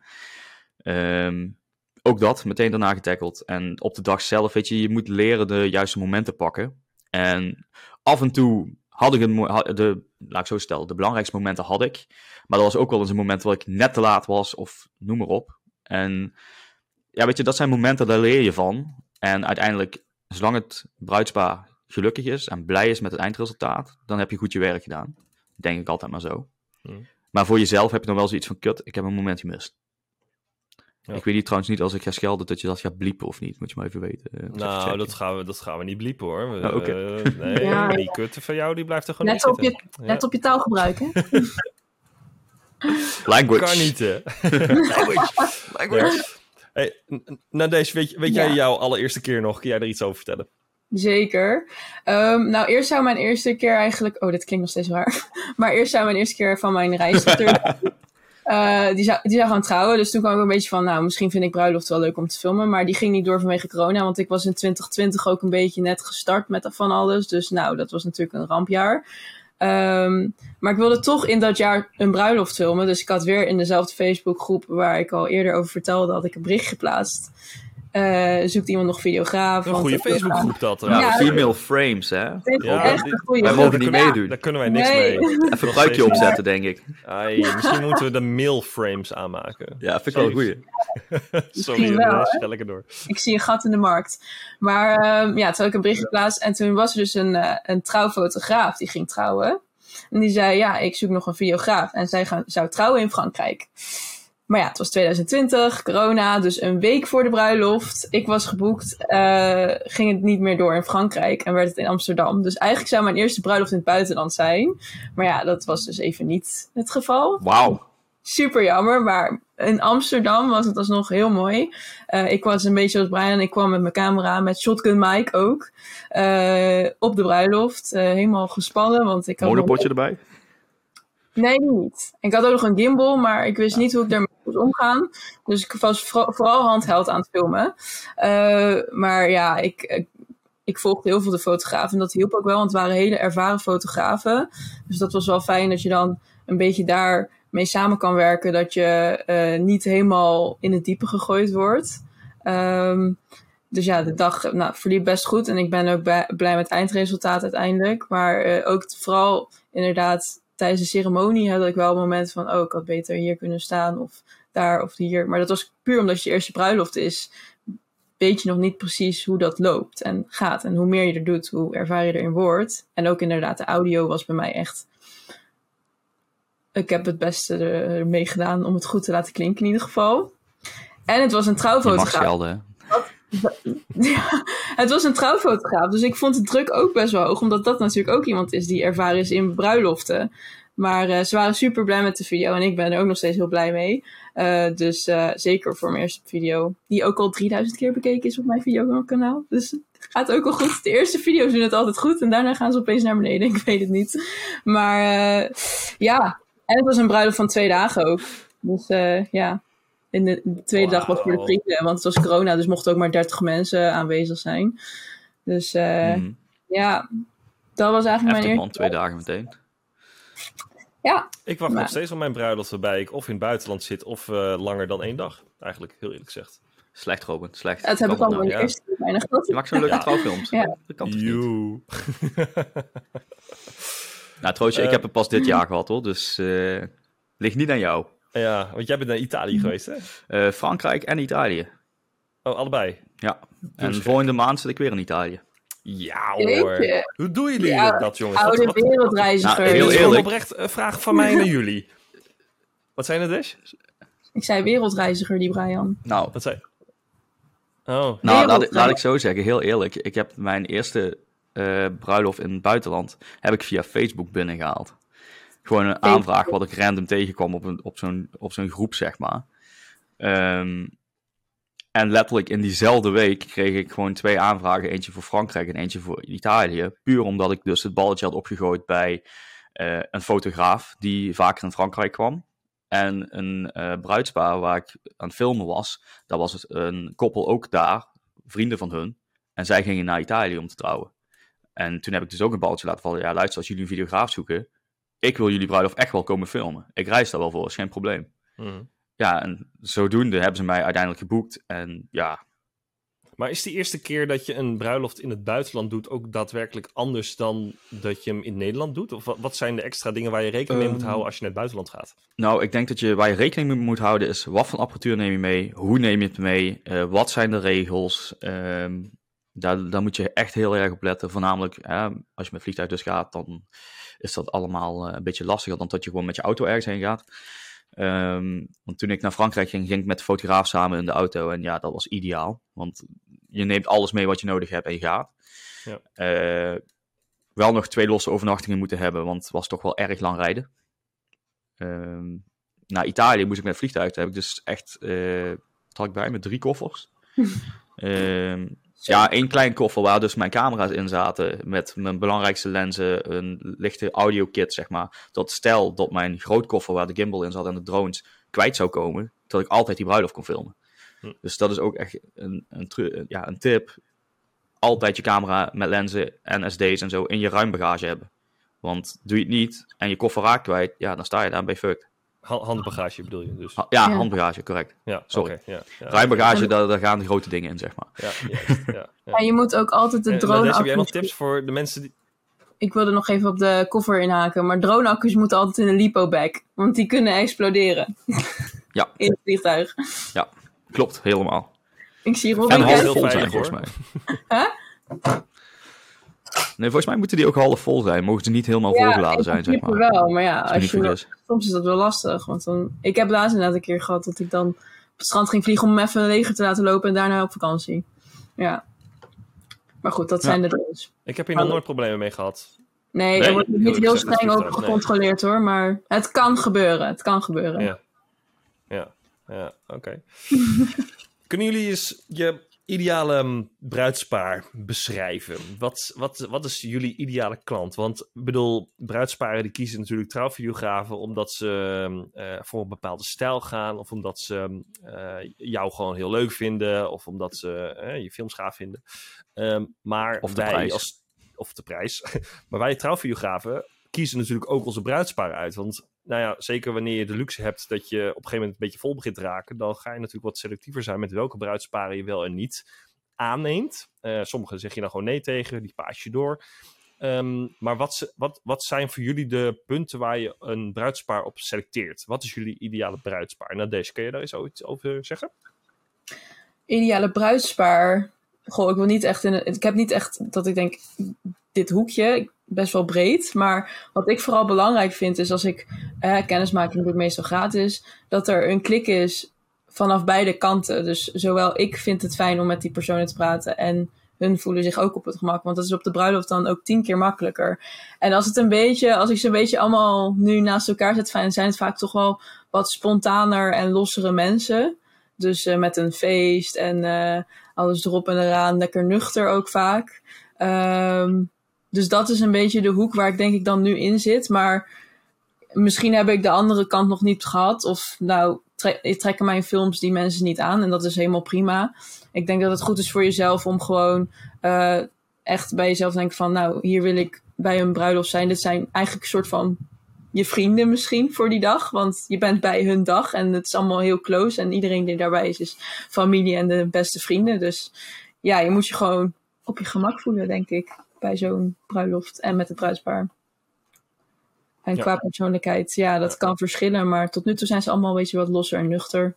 Ook dat, meteen daarna getackled. En op de dag zelf, weet je moet leren de juiste momenten pakken. En af en toe had ik laat ik zo stellen, de belangrijkste momenten had ik. Maar er was ook wel eens een moment waar ik net te laat was, of noem maar op. En ja, weet je, dat zijn momenten, daar leer je van. En uiteindelijk, zolang het bruidspaar gelukkig is en blij is met het eindresultaat, dan heb je goed je werk gedaan. Denk ik altijd maar zo. Maar voor jezelf heb je dan wel zoiets van, kut, ik heb een moment gemist. Ja. Ik weet niet trouwens niet als ik ga schelden dat je dat gaat bliepen of niet. Moet je maar even weten. Dat gaan we niet bliepen hoor. Okay. Die kutten van jou die blijft er gewoon niet zitten. Let op je taalgebruik, hè? Language. Kan niet, hè? Language. Hey, Nadesh, weet jij jouw allereerste keer nog? Kun jij er iets over vertellen? Zeker. Nou, eerst zou mijn eerste keer eigenlijk... Oh, dit klinkt nog steeds raar. Maar eerst zou mijn eerste keer van mijn reisinstructeur... die zou gaan trouwen. Dus toen kwam ik een beetje van... Nou, misschien vind ik bruiloft wel leuk om te filmen. Maar die ging niet door vanwege corona. Want ik was in 2020 ook een beetje net gestart met van alles. Dus nou, dat was natuurlijk een rampjaar. Maar ik wilde toch in dat jaar een bruiloft filmen. Dus ik had weer in dezelfde Facebookgroep... waar ik al eerder over vertelde... had ik een bericht geplaatst. Zoekt iemand nog videograaf? Een goede Facebookgroep dat. Ja, female frames, hè? Echt een goede wij groep. mogen niet meedoen. Daar kunnen wij niks Nee. mee. Even een pruikje opzetten, denk ik. Ai, misschien moeten we de male frames aanmaken. Ja, vind ik wel een goeie. Sorry, wel, ga lekker door. Ik zie een gat in de markt. Maar toen had ik een bericht geplaatst. En toen was er dus een trouwfotograaf die ging trouwen. En die zei, ja, ik zoek nog een videograaf. En zij zou trouwen in Frankrijk. Maar ja, het was 2020, corona. Dus een week voor de bruiloft. Ik was geboekt. Ging het niet meer door in Frankrijk. En werd het in Amsterdam. Dus eigenlijk zou mijn eerste bruiloft in het buitenland zijn. Maar ja, dat was dus even niet het geval. Wauw. Super jammer, maar in Amsterdam was het alsnog heel mooi. Ik was een beetje zoals Brian. Ik kwam met mijn camera, met shotgun mic ook. Op de bruiloft. Helemaal gespannen, want ik had Monopotje erbij? Nee, niet. Ik had ook nog een gimbal, maar ik wist niet hoe ik daarmee moest omgaan. Dus ik was vooral handheld aan het filmen. Maar ja, ik volgde heel veel de fotografen. En dat hielp ook wel, want het waren hele ervaren fotografen. Dus dat was wel fijn dat je dan een beetje daar mee samen kan werken. Dat je niet helemaal in het diepe gegooid wordt. Dus ja, de dag verliep best goed. En ik ben ook blij met het eindresultaat uiteindelijk. Maar ook vooral inderdaad tijdens de ceremonie had ik wel een moment van... ik had beter hier kunnen staan of daar of hier. Maar dat was puur omdat je eerste bruiloft is. Weet je nog niet precies hoe dat loopt en gaat. En hoe meer je er doet, hoe ervaar je erin wordt. En ook inderdaad, de audio was bij mij echt... Ik heb het beste ermee gedaan om het goed te laten klinken in ieder geval. En het was een trouwfotograaf. Je mag schelden, hè? Ja, het was een trouwfotograaf. Dus ik vond de druk ook best wel hoog. Omdat dat natuurlijk ook iemand is die ervaren is in bruiloften. Maar ze waren super blij met de video. En ik ben er ook nog steeds heel blij mee. Dus zeker voor mijn eerste video. Die ook al 3000 keer bekeken is op mijn videokanaal. Dus het gaat ook al goed. De eerste video's doen het altijd goed. En daarna gaan ze opeens naar beneden. Ik weet het niet. Maar ja. En het was een bruiloft van 2 dagen ook. Dus ja. En de tweede dag was voor de vrienden, want het was corona, dus mochten ook maar 30 mensen aanwezig zijn. Dus ja, dat was eigenlijk mijn eerste... 2 dagen meteen. Ja. Ik wacht nog steeds op mijn bruiloft waarbij ik of in het buitenland zit of langer dan 1 dag. Eigenlijk, heel eerlijk gezegd. Slecht, Robin, slecht. Dat heb ik al in de eerste keer bijna gehad. Je maakt zo'n leuke trouwfilms. Ja. Dat kan toch niet? Nou, Trootje, ik heb het pas dit jaar gehad, hoor. Dus ligt niet aan jou. Ja, want jij bent naar Italië geweest, hè? Frankrijk en Italië. Oh, allebei? Ja. En volgende maand zit ik weer in Italië. Ja hoor. Hoe doen jullie dat, jongens? Oude wereldreiziger. Nou, heel eerlijk. Oprecht een vraag van mij naar jullie. Wat zijn het dus? Ik zei wereldreiziger, die Brian. Nou, wat zei... Oh. Nou, laat ik zo zeggen, heel eerlijk. Ik heb mijn eerste bruiloft in het buitenland heb ik via Facebook binnengehaald. Gewoon een aanvraag wat ik random tegenkwam op zo'n groep, zeg maar. En letterlijk in diezelfde week kreeg ik gewoon 2 aanvragen. Eentje voor Frankrijk en eentje voor Italië. Puur omdat ik dus het balletje had opgegooid bij een fotograaf die vaker in Frankrijk kwam. En een bruidspaar waar ik aan het filmen was. Daar was het een koppel ook daar, vrienden van hun. En zij gingen naar Italië om te trouwen. En toen heb ik dus ook een balletje laten vallen. Ja, luister, als jullie een videograaf zoeken... Ik wil jullie bruiloft echt wel komen filmen. Ik reis daar wel voor, is geen probleem. Mm. Ja, en zodoende hebben ze mij uiteindelijk geboekt. En ja. Maar is de eerste keer dat je een bruiloft in het buitenland doet ook daadwerkelijk anders dan dat je hem in Nederland doet? Of wat zijn de extra dingen waar je rekening mee moet houden als je naar het buitenland gaat? Nou, ik denk dat waar je rekening mee moet houden is wat voor apparatuur neem je mee? Hoe neem je het mee? Wat zijn de regels? Daar moet je echt heel erg op letten. Voornamelijk, als je met vliegtuig dus gaat, dan is dat allemaal een beetje lastiger dan dat je gewoon met je auto ergens heen gaat. Want toen ik naar Frankrijk ging ik met de fotograaf samen in de auto. En ja, dat was ideaal. Want je neemt alles mee wat je nodig hebt en je gaat. Ja. Wel nog 2 losse overnachtingen moeten hebben, want het was toch wel erg lang rijden. Naar Italië moest ik met vliegtuig. Daar heb ik dus echt, wat had ik bij me, 3 koffers. Ja, 1 klein koffer waar dus mijn camera's in zaten. Met mijn belangrijkste lenzen, een lichte audio-kit, zeg maar. Dat stel dat mijn grootkoffer waar de gimbal in zat en de drones kwijt zou komen, dat ik altijd die bruiloft kon filmen. Dus dat is ook echt een tip. Altijd je camera met lenzen en SD's en zo in je ruimbagage hebben. Want doe je het niet en je koffer raakt kwijt, ja, dan sta je daar bij fucked. Handbagage bedoel je dus? Ja, handbagage, correct. Ja, sorry. Okay, ja. Ruimbagage, daar gaan de grote dingen in, zeg maar. Ja, juist, ja. En je moet ook altijd de drone... Heb jij nog tips voor de mensen die... Ik wilde nog even op de koffer inhaken, maar droneaccu's moeten altijd in een lipo-bag, want die kunnen exploderen. Ja. In het vliegtuig. Ja, klopt, helemaal. Ik zie En Robin... half heel vol veilig, zijn, volgens hoor. mij. Huh? Nee, volgens mij moeten die ook half vol zijn. Mogen ze niet helemaal volgeladen zijn, zeg maar. wel, maar ja, Als ik me niet vergis. soms is dat wel lastig. Want ik heb laatst inderdaad een keer gehad dat ik dan op het strand ging vliegen om hem even leger te laten lopen en daarna op vakantie. Ja. Maar goed, dat zijn de drones. Ik heb hier nog nooit problemen mee gehad. Nee, Nee, er wordt niet eerlijk heel gezegd, streng dat op is niet gecontroleerd hoor, maar het kan gebeuren. Het kan gebeuren. Ja, oké. Kunnen jullie eens je ideale bruidspaar beschrijven? Wat is jullie ideale klant? Want ik bedoel, bruidsparen die kiezen natuurlijk trouwvideografen omdat ze voor een bepaalde stijl gaan, of omdat ze jou gewoon heel leuk vinden, of omdat ze je films gaaf vinden. Maar Of de wij prijs. Of de prijs. Maar wij trouwvideografen kiezen natuurlijk ook onze bruidsparen uit. Want nou ja, zeker wanneer je de luxe hebt dat je op een gegeven moment een beetje vol begint te raken, dan ga je natuurlijk wat selectiever zijn met welke bruidsparen je wel en niet aanneemt. Sommige zeg je dan gewoon nee tegen, die paas je door. Maar wat zijn voor jullie de punten waar je een bruidspaar op selecteert? Wat is jullie ideale bruidspaar? Nou, Deze, kun je daar eens iets over zeggen? Ideale bruidspaar. Goh, ik wil niet echt ik heb niet echt dat ik denk, dit hoekje, best wel breed. Maar wat ik vooral belangrijk vind is als ik kennismaking doe ik meestal gratis, dat er een klik is vanaf beide kanten. Dus zowel ik vind het fijn om met die personen te praten en hun voelen zich ook op het gemak. Want dat is op de bruiloft dan ook 10 keer makkelijker. En als ik ze een beetje allemaal nu naast elkaar zet, zijn het vaak toch wel wat spontaner en lossere mensen. Dus met een feest en alles erop en eraan. Lekker nuchter ook vaak. Dus dat is een beetje de hoek waar ik denk ik dan nu in zit. Maar misschien heb ik de andere kant nog niet gehad. Of nou, trekken mijn films die mensen niet aan. En dat is helemaal prima. Ik denk dat het goed is voor jezelf om gewoon echt bij jezelf te denken van, nou, hier wil ik bij een bruiloft zijn. Dit zijn eigenlijk een soort van je vrienden misschien voor die dag. Want je bent bij hun dag en het is allemaal heel close. En iedereen die daarbij is familie en de beste vrienden. Dus ja, je moet je gewoon op je gemak voelen, denk ik. Bij zo'n bruiloft en met het bruidspaar. En qua persoonlijkheid, ja, dat kan verschillen. Maar tot nu toe zijn ze allemaal een beetje wat losser en nuchter.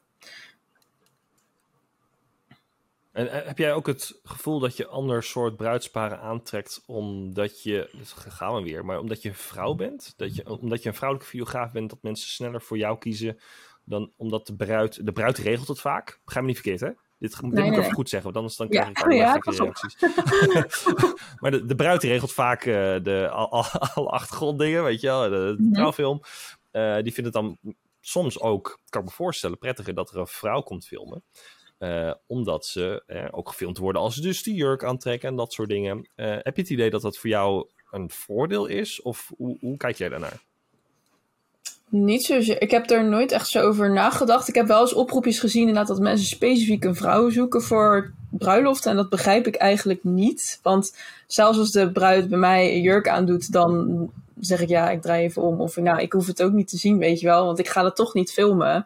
En heb jij ook het gevoel dat je ander soort bruidsparen aantrekt omdat je, dus gaan we weer, maar omdat je een vrouw bent? Omdat je een vrouwelijke videograaf bent, dat mensen sneller voor jou kiezen dan omdat de bruid regelt het vaak? Begrijp me niet verkeerd, hè? Dit moet ik even goed zeggen, want anders dan krijg ik allerlei reacties. Maar de bruid regelt vaak alle achtergronddingen, weet je wel, de trouwfilm. Die vindt het dan soms ook, kan ik me voorstellen, prettiger dat er een vrouw komt filmen. Omdat ze ook gefilmd worden als ze dus die jurk aantrekken en dat soort dingen. Heb je het idee dat dat voor jou een voordeel is? Of hoe kijk jij daarnaar? Niet zozeer. Ik heb er nooit echt zo over nagedacht. Ik heb wel eens oproepjes gezien inderdaad dat mensen specifiek een vrouw zoeken voor bruiloften. En dat begrijp ik eigenlijk niet. Want zelfs als de bruid bij mij een jurk aandoet, dan zeg ik ja, ik draai even om. Of nou, ik hoef het ook niet te zien, weet je wel. Want ik ga het toch niet filmen.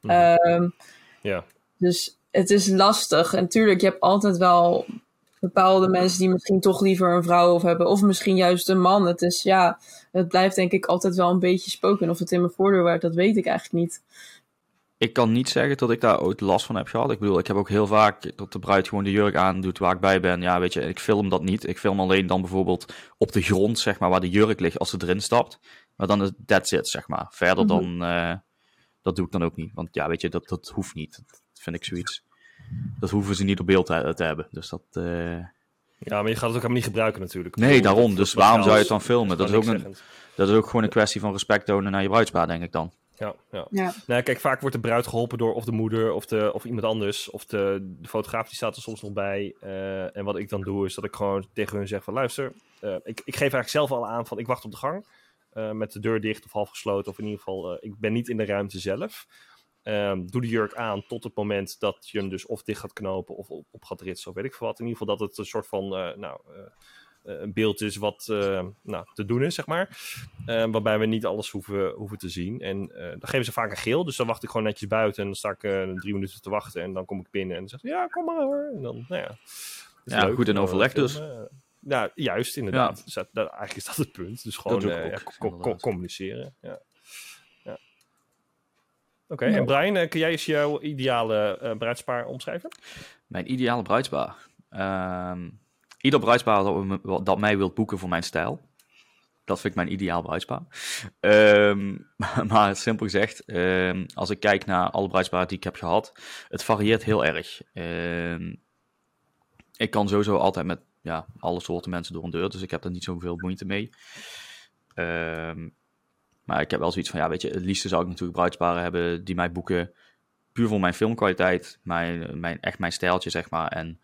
Dus het is lastig. En tuurlijk, je hebt altijd wel bepaalde mensen die misschien toch liever een vrouw hebben. Of misschien juist een man. Het is het blijft denk ik altijd wel een beetje spoken. Of het in mijn voordeel werkt, dat weet ik eigenlijk niet. Ik kan niet zeggen dat ik daar ooit last van heb gehad. Ik bedoel, ik heb ook heel vaak dat de bruid gewoon de jurk aandoet waar ik bij ben. Ja, weet je, ik film dat niet. Ik film alleen dan bijvoorbeeld op de grond, zeg maar, waar de jurk ligt als ze erin stapt. Maar dan is that's it, zeg maar. Verder dan, dat doe ik dan ook niet. Want ja, weet je, dat hoeft niet. Dat vind ik zoiets. Dat hoeven ze niet op beeld te hebben. Dus dat... Ja, maar je gaat het ook helemaal niet gebruiken natuurlijk. Nee, daarom. Dus waarom zou je het dan filmen? Dat is ook gewoon een kwestie van respect tonen naar je bruidspaar, denk ik dan. Ja. Nou, kijk, vaak wordt de bruid geholpen door of de moeder of iemand anders. Of de fotograaf die staat er soms nog bij. En wat ik dan doe is dat ik gewoon tegen hun zeg van luister. Ik geef eigenlijk zelf al aan van ik wacht op de gang. Met de deur dicht of half gesloten. Of in ieder geval, ik ben niet in de ruimte zelf. Doe de jurk aan tot het moment dat je hem dus of dicht gaat knopen of op gaat ritsen of weet ik veel wat. In ieder geval dat het een soort van een beeld is wat te doen is, zeg maar. Waarbij we niet alles hoeven te zien. En dan geven ze vaak een geel. Dus dan wacht ik gewoon netjes buiten. En dan sta ik 3 minuten te wachten. En dan kom ik binnen. En dan zegt ja, kom maar hoor. En dan, leuk, goed in overleg dus. Nou, juist, inderdaad. Ja. Dus eigenlijk is dat het punt. Dus gewoon communiceren. Ja. Oké, en Brian, kun jij eens jouw ideale bruidspaar omschrijven? Mijn ideale bruidspaar? Ieder bruidspaar dat mij wilt boeken voor mijn stijl. Dat vind ik mijn ideaal bruidspaar. Maar simpel gezegd, als ik kijk naar alle bruidsparen die ik heb gehad, het varieert heel erg. Ik kan sowieso altijd met alle soorten mensen door een deur, dus ik heb er niet zoveel moeite mee. Maar ik heb wel zoiets van, weet je, het liefste zou ik natuurlijk bruidsparen hebben die mij boeken puur voor mijn filmkwaliteit, echt mijn stijltje, zeg maar. En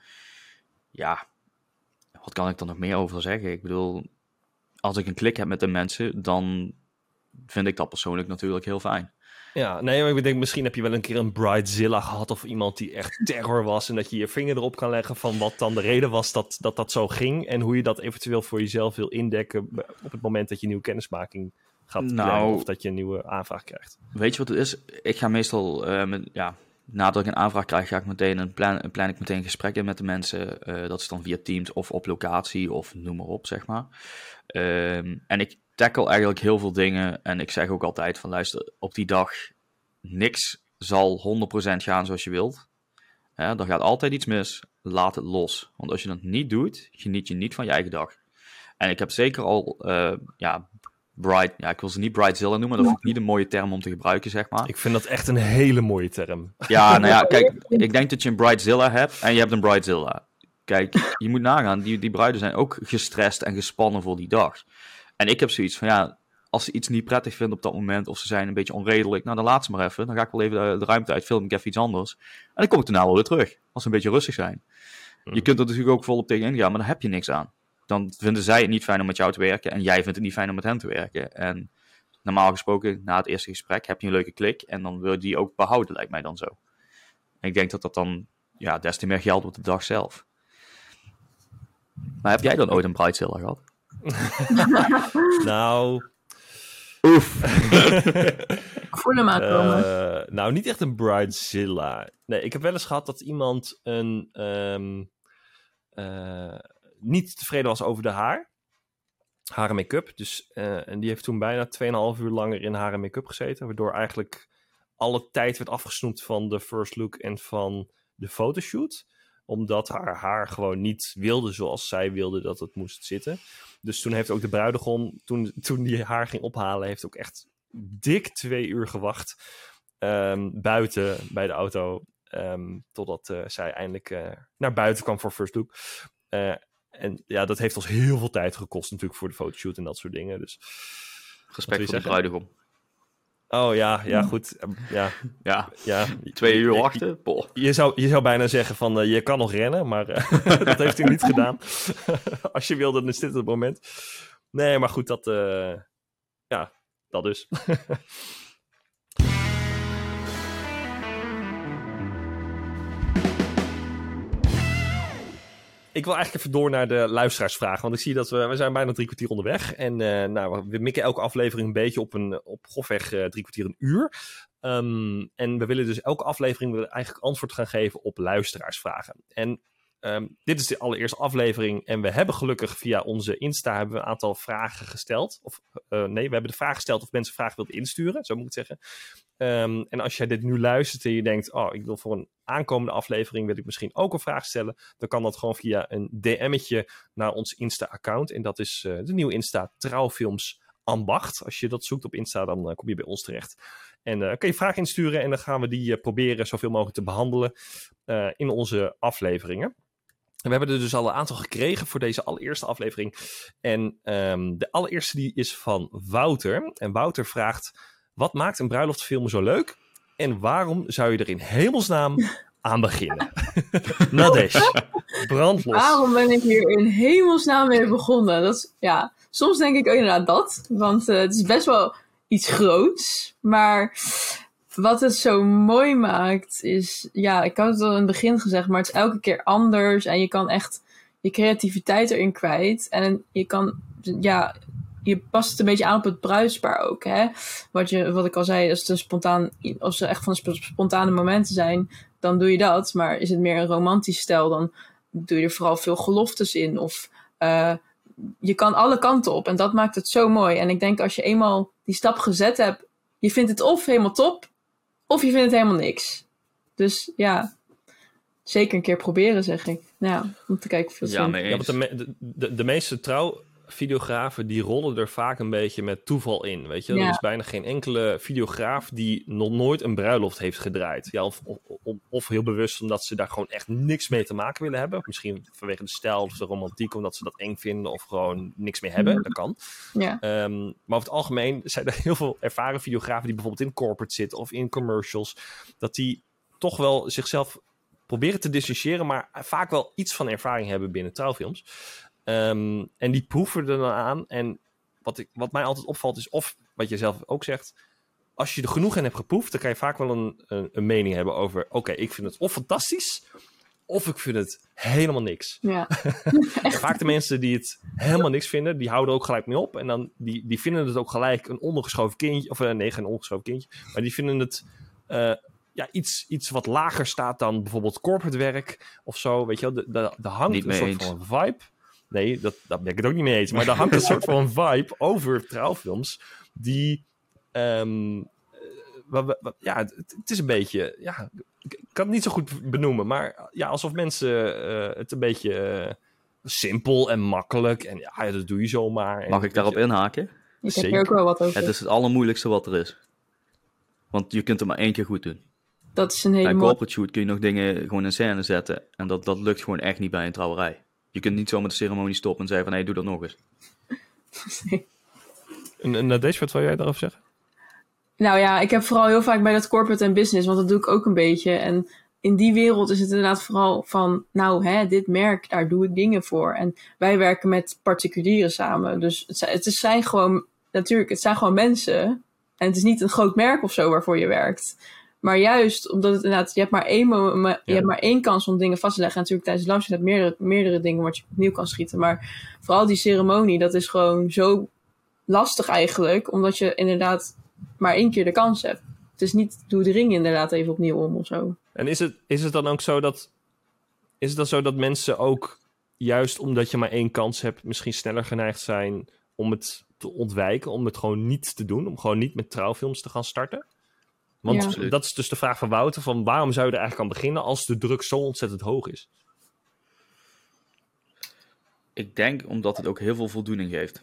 wat kan ik er nog meer over zeggen? Ik bedoel, als ik een klik heb met de mensen, dan vind ik dat persoonlijk natuurlijk heel fijn. Ja, nee, maar ik denk, misschien heb je wel een keer een bridezilla gehad of iemand die echt terror was en dat je je vinger erop kan leggen van wat dan de reden was dat zo ging en hoe je dat eventueel voor jezelf wil indekken op het moment dat je nieuwe kennismaking gaat plannen of dat je een nieuwe aanvraag krijgt. Weet je wat het is? Ik ga meestal, nadat ik een aanvraag krijg, ga ik meteen plan ik meteen gesprekken met de mensen. Dat is dan via Teams of op locatie of noem maar op, zeg maar. En ik tackle eigenlijk heel veel dingen en ik zeg ook altijd van luister, op die dag niks zal 100% gaan zoals je wilt. Er gaat altijd iets mis, laat het los. Want als je dat niet doet, geniet je niet van je eigen dag. En ik heb zeker al, ik wil ze niet bridezilla noemen, dat vind ik niet een mooie term om te gebruiken, zeg maar. Ik vind dat echt een hele mooie term. Ja, kijk, ik denk dat je een bridezilla hebt en je hebt een bridezilla. Kijk, je moet nagaan, die bruiden zijn ook gestrest en gespannen voor die dag. En ik heb zoiets van, als ze iets niet prettig vinden op dat moment, of ze zijn een beetje onredelijk, dan laat ze maar even. Dan ga ik wel even de ruimte uit, film ik even iets anders. En dan kom ik daarna wel weer terug, als ze een beetje rustig zijn. Je kunt er natuurlijk ook volop tegen ingaan, maar daar heb je niks aan. Dan vinden zij het niet fijn om met jou te werken en jij vindt het niet fijn om met hen te werken. En normaal gesproken, na het eerste gesprek, heb je een leuke klik en dan wil je die ook behouden, lijkt mij dan zo. En ik denk dat dat dan des te meer geldt op de dag zelf. Maar heb jij dan ooit een bridezilla gehad? Nou... Oef. Ik voel hem aankomen. Nou, niet echt een bridezilla. Nee, ik heb wel eens gehad dat iemand niet tevreden was over de haar en make-up. Dus, en die heeft toen bijna 2,5 uur langer in haar en make-up gezeten. Waardoor eigenlijk alle tijd werd afgesnoept van de first look en van de fotoshoot. Omdat haar gewoon niet wilde zoals zij wilde dat het moest zitten. Dus toen heeft ook de bruidegom, toen die haar ging ophalen, heeft ook echt dik 2 uur gewacht. Buiten bij de auto. Totdat zij eindelijk naar buiten kwam voor first look. En dat heeft ons heel veel tijd gekost natuurlijk voor de fotoshoot en dat soort dingen. Dus, respect voor de bruidegom. Oh ja, goed. Ja. 2 uur wachten? Je zou bijna zeggen van je kan nog rennen, maar dat heeft hij niet gedaan. Als je wilde, dan is dit het moment. Nee, maar goed, dat dus. Ik wil eigenlijk even door naar de luisteraarsvragen. Want ik zie dat we zijn bijna 3 kwartier onderweg. En we mikken elke aflevering een beetje op grofweg 3 kwartier een uur. En we willen dus elke aflevering eigenlijk antwoord gaan geven op luisteraarsvragen. En dit is de allereerste aflevering. En we hebben gelukkig via onze Insta hebben we een aantal vragen gesteld. We hebben de vraag gesteld of mensen vragen wilden insturen. Zo moet ik het zeggen. En als jij dit nu luistert en je denkt, ik wil voor een aankomende aflevering wil ik misschien ook een vraag stellen, dan kan dat gewoon via een DM'tje naar ons Insta-account. En dat is de nieuwe Insta Trouwfilms Ambacht. Als je dat zoekt op Insta, dan kom je bij ons terecht. En dan kun je vragen insturen en dan gaan we die proberen zoveel mogelijk te behandelen in onze afleveringen. En we hebben er dus al een aantal gekregen voor deze allereerste aflevering. En de allereerste die is van Wouter. En Wouter vraagt, wat maakt een bruiloftfilm zo leuk? En waarom zou je er in hemelsnaam aan beginnen? Nadesh, brandlos. Waarom ben ik hier in hemelsnaam mee begonnen? Dat is, soms denk ik ook inderdaad dat. Want het is best wel iets groots. Maar wat het zo mooi maakt is... ik had het al in het begin gezegd, maar het is elke keer anders. En je kan echt je creativiteit erin kwijt. En je kan, ja, je past het een beetje aan op het bruidspaar ook, hè. Wat ik al zei, als ze echt van spontane momenten zijn, dan doe je dat. Maar is het meer een romantisch stijl, dan doe je er vooral veel geloftes in. Of je kan alle kanten op en dat maakt het zo mooi. En ik denk als je eenmaal die stap gezet hebt, je vindt het of helemaal top, of je vindt het helemaal niks. Dus ja, zeker een keer proberen, zeg ik. Nou, om te kijken of het Ja, mee eens. Ja, want de meeste trouwvideografen die rollen er vaak een beetje met toeval in, weet je. Ja. Er is bijna geen enkele videograaf die nog nooit een bruiloft heeft gedraaid. Ja, of heel bewust omdat ze daar gewoon echt niks mee te maken willen hebben. Misschien vanwege de stijl of de romantiek, omdat ze dat eng vinden of gewoon niks mee hebben. Dat kan. Ja. Maar over het algemeen zijn er heel veel ervaren videografen die bijvoorbeeld in corporate zitten of in commercials, dat die toch wel zichzelf proberen te dissociëren, maar vaak wel iets van ervaring hebben binnen trouwfilms. En die proeven er dan aan. En wat mij altijd opvalt is, of wat je zelf ook zegt, als je er genoeg in hebt geproefd, dan kan je vaak wel een mening hebben over, oké, ik vind het of fantastisch, of ik vind het helemaal niks. Ja. Vaak de mensen die het helemaal niks vinden, die houden ook gelijk mee op. En dan die vinden het ook gelijk een ondergeschoven kindje. Of nee, geen ondergeschoven kindje. Maar die vinden het iets wat lager staat dan bijvoorbeeld corporate werk of zo. Weet je wel, er hangt Niet een mee soort eens. van vibe. Nee, daar ben ik het ook niet mee eens. Maar daar hangt een soort van vibe over trouwfilms die... het is een beetje... Ja, ik kan het niet zo goed benoemen. Maar ja, alsof mensen het een beetje simpel en makkelijk... En ja, dat doe je zomaar. En, Mag ik daarop inhaken? Ik heb Zeker. hier ook wel wat over. Het is het allermoeilijkste wat er is. Want je kunt het maar 1 keer goed doen. Dat is een hele Bij een mooie... corporate shoot kun je nog dingen gewoon in scène zetten. En dat lukt gewoon echt niet bij een trouwerij. Je kunt niet zomaar de ceremonie stoppen en zeggen van, doe dat nog eens. En deze, wat wil jij daarover zeggen? Nou ja, ik heb vooral heel vaak bij dat corporate en business, want dat doe ik ook een beetje. En in die wereld is het inderdaad vooral van, dit merk, daar doe ik dingen voor. En wij werken met particulieren samen. Dus het zijn gewoon mensen. En het is niet een groot merk of zo waarvoor je werkt. Maar juist omdat het inderdaad, je hebt maar één kans om dingen vast te leggen. En natuurlijk tijdens de launch heb je meerdere dingen wat je opnieuw kan schieten. Maar vooral die ceremonie, dat is gewoon zo lastig eigenlijk. Omdat je inderdaad maar 1 keer de kans hebt. Het is niet, doe de ring inderdaad even opnieuw om of zo. En is het dan ook zo dat... Is het dan zo dat mensen ook, juist omdat je maar 1 kans hebt, misschien sneller geneigd zijn om het te ontwijken, om het gewoon niet te doen, om gewoon niet met trouwfilms te gaan starten? Want Ja. dat is dus de vraag van Wouter, van waarom zou je er eigenlijk aan beginnen als de druk zo ontzettend hoog is? Ik denk omdat het ook heel veel voldoening geeft.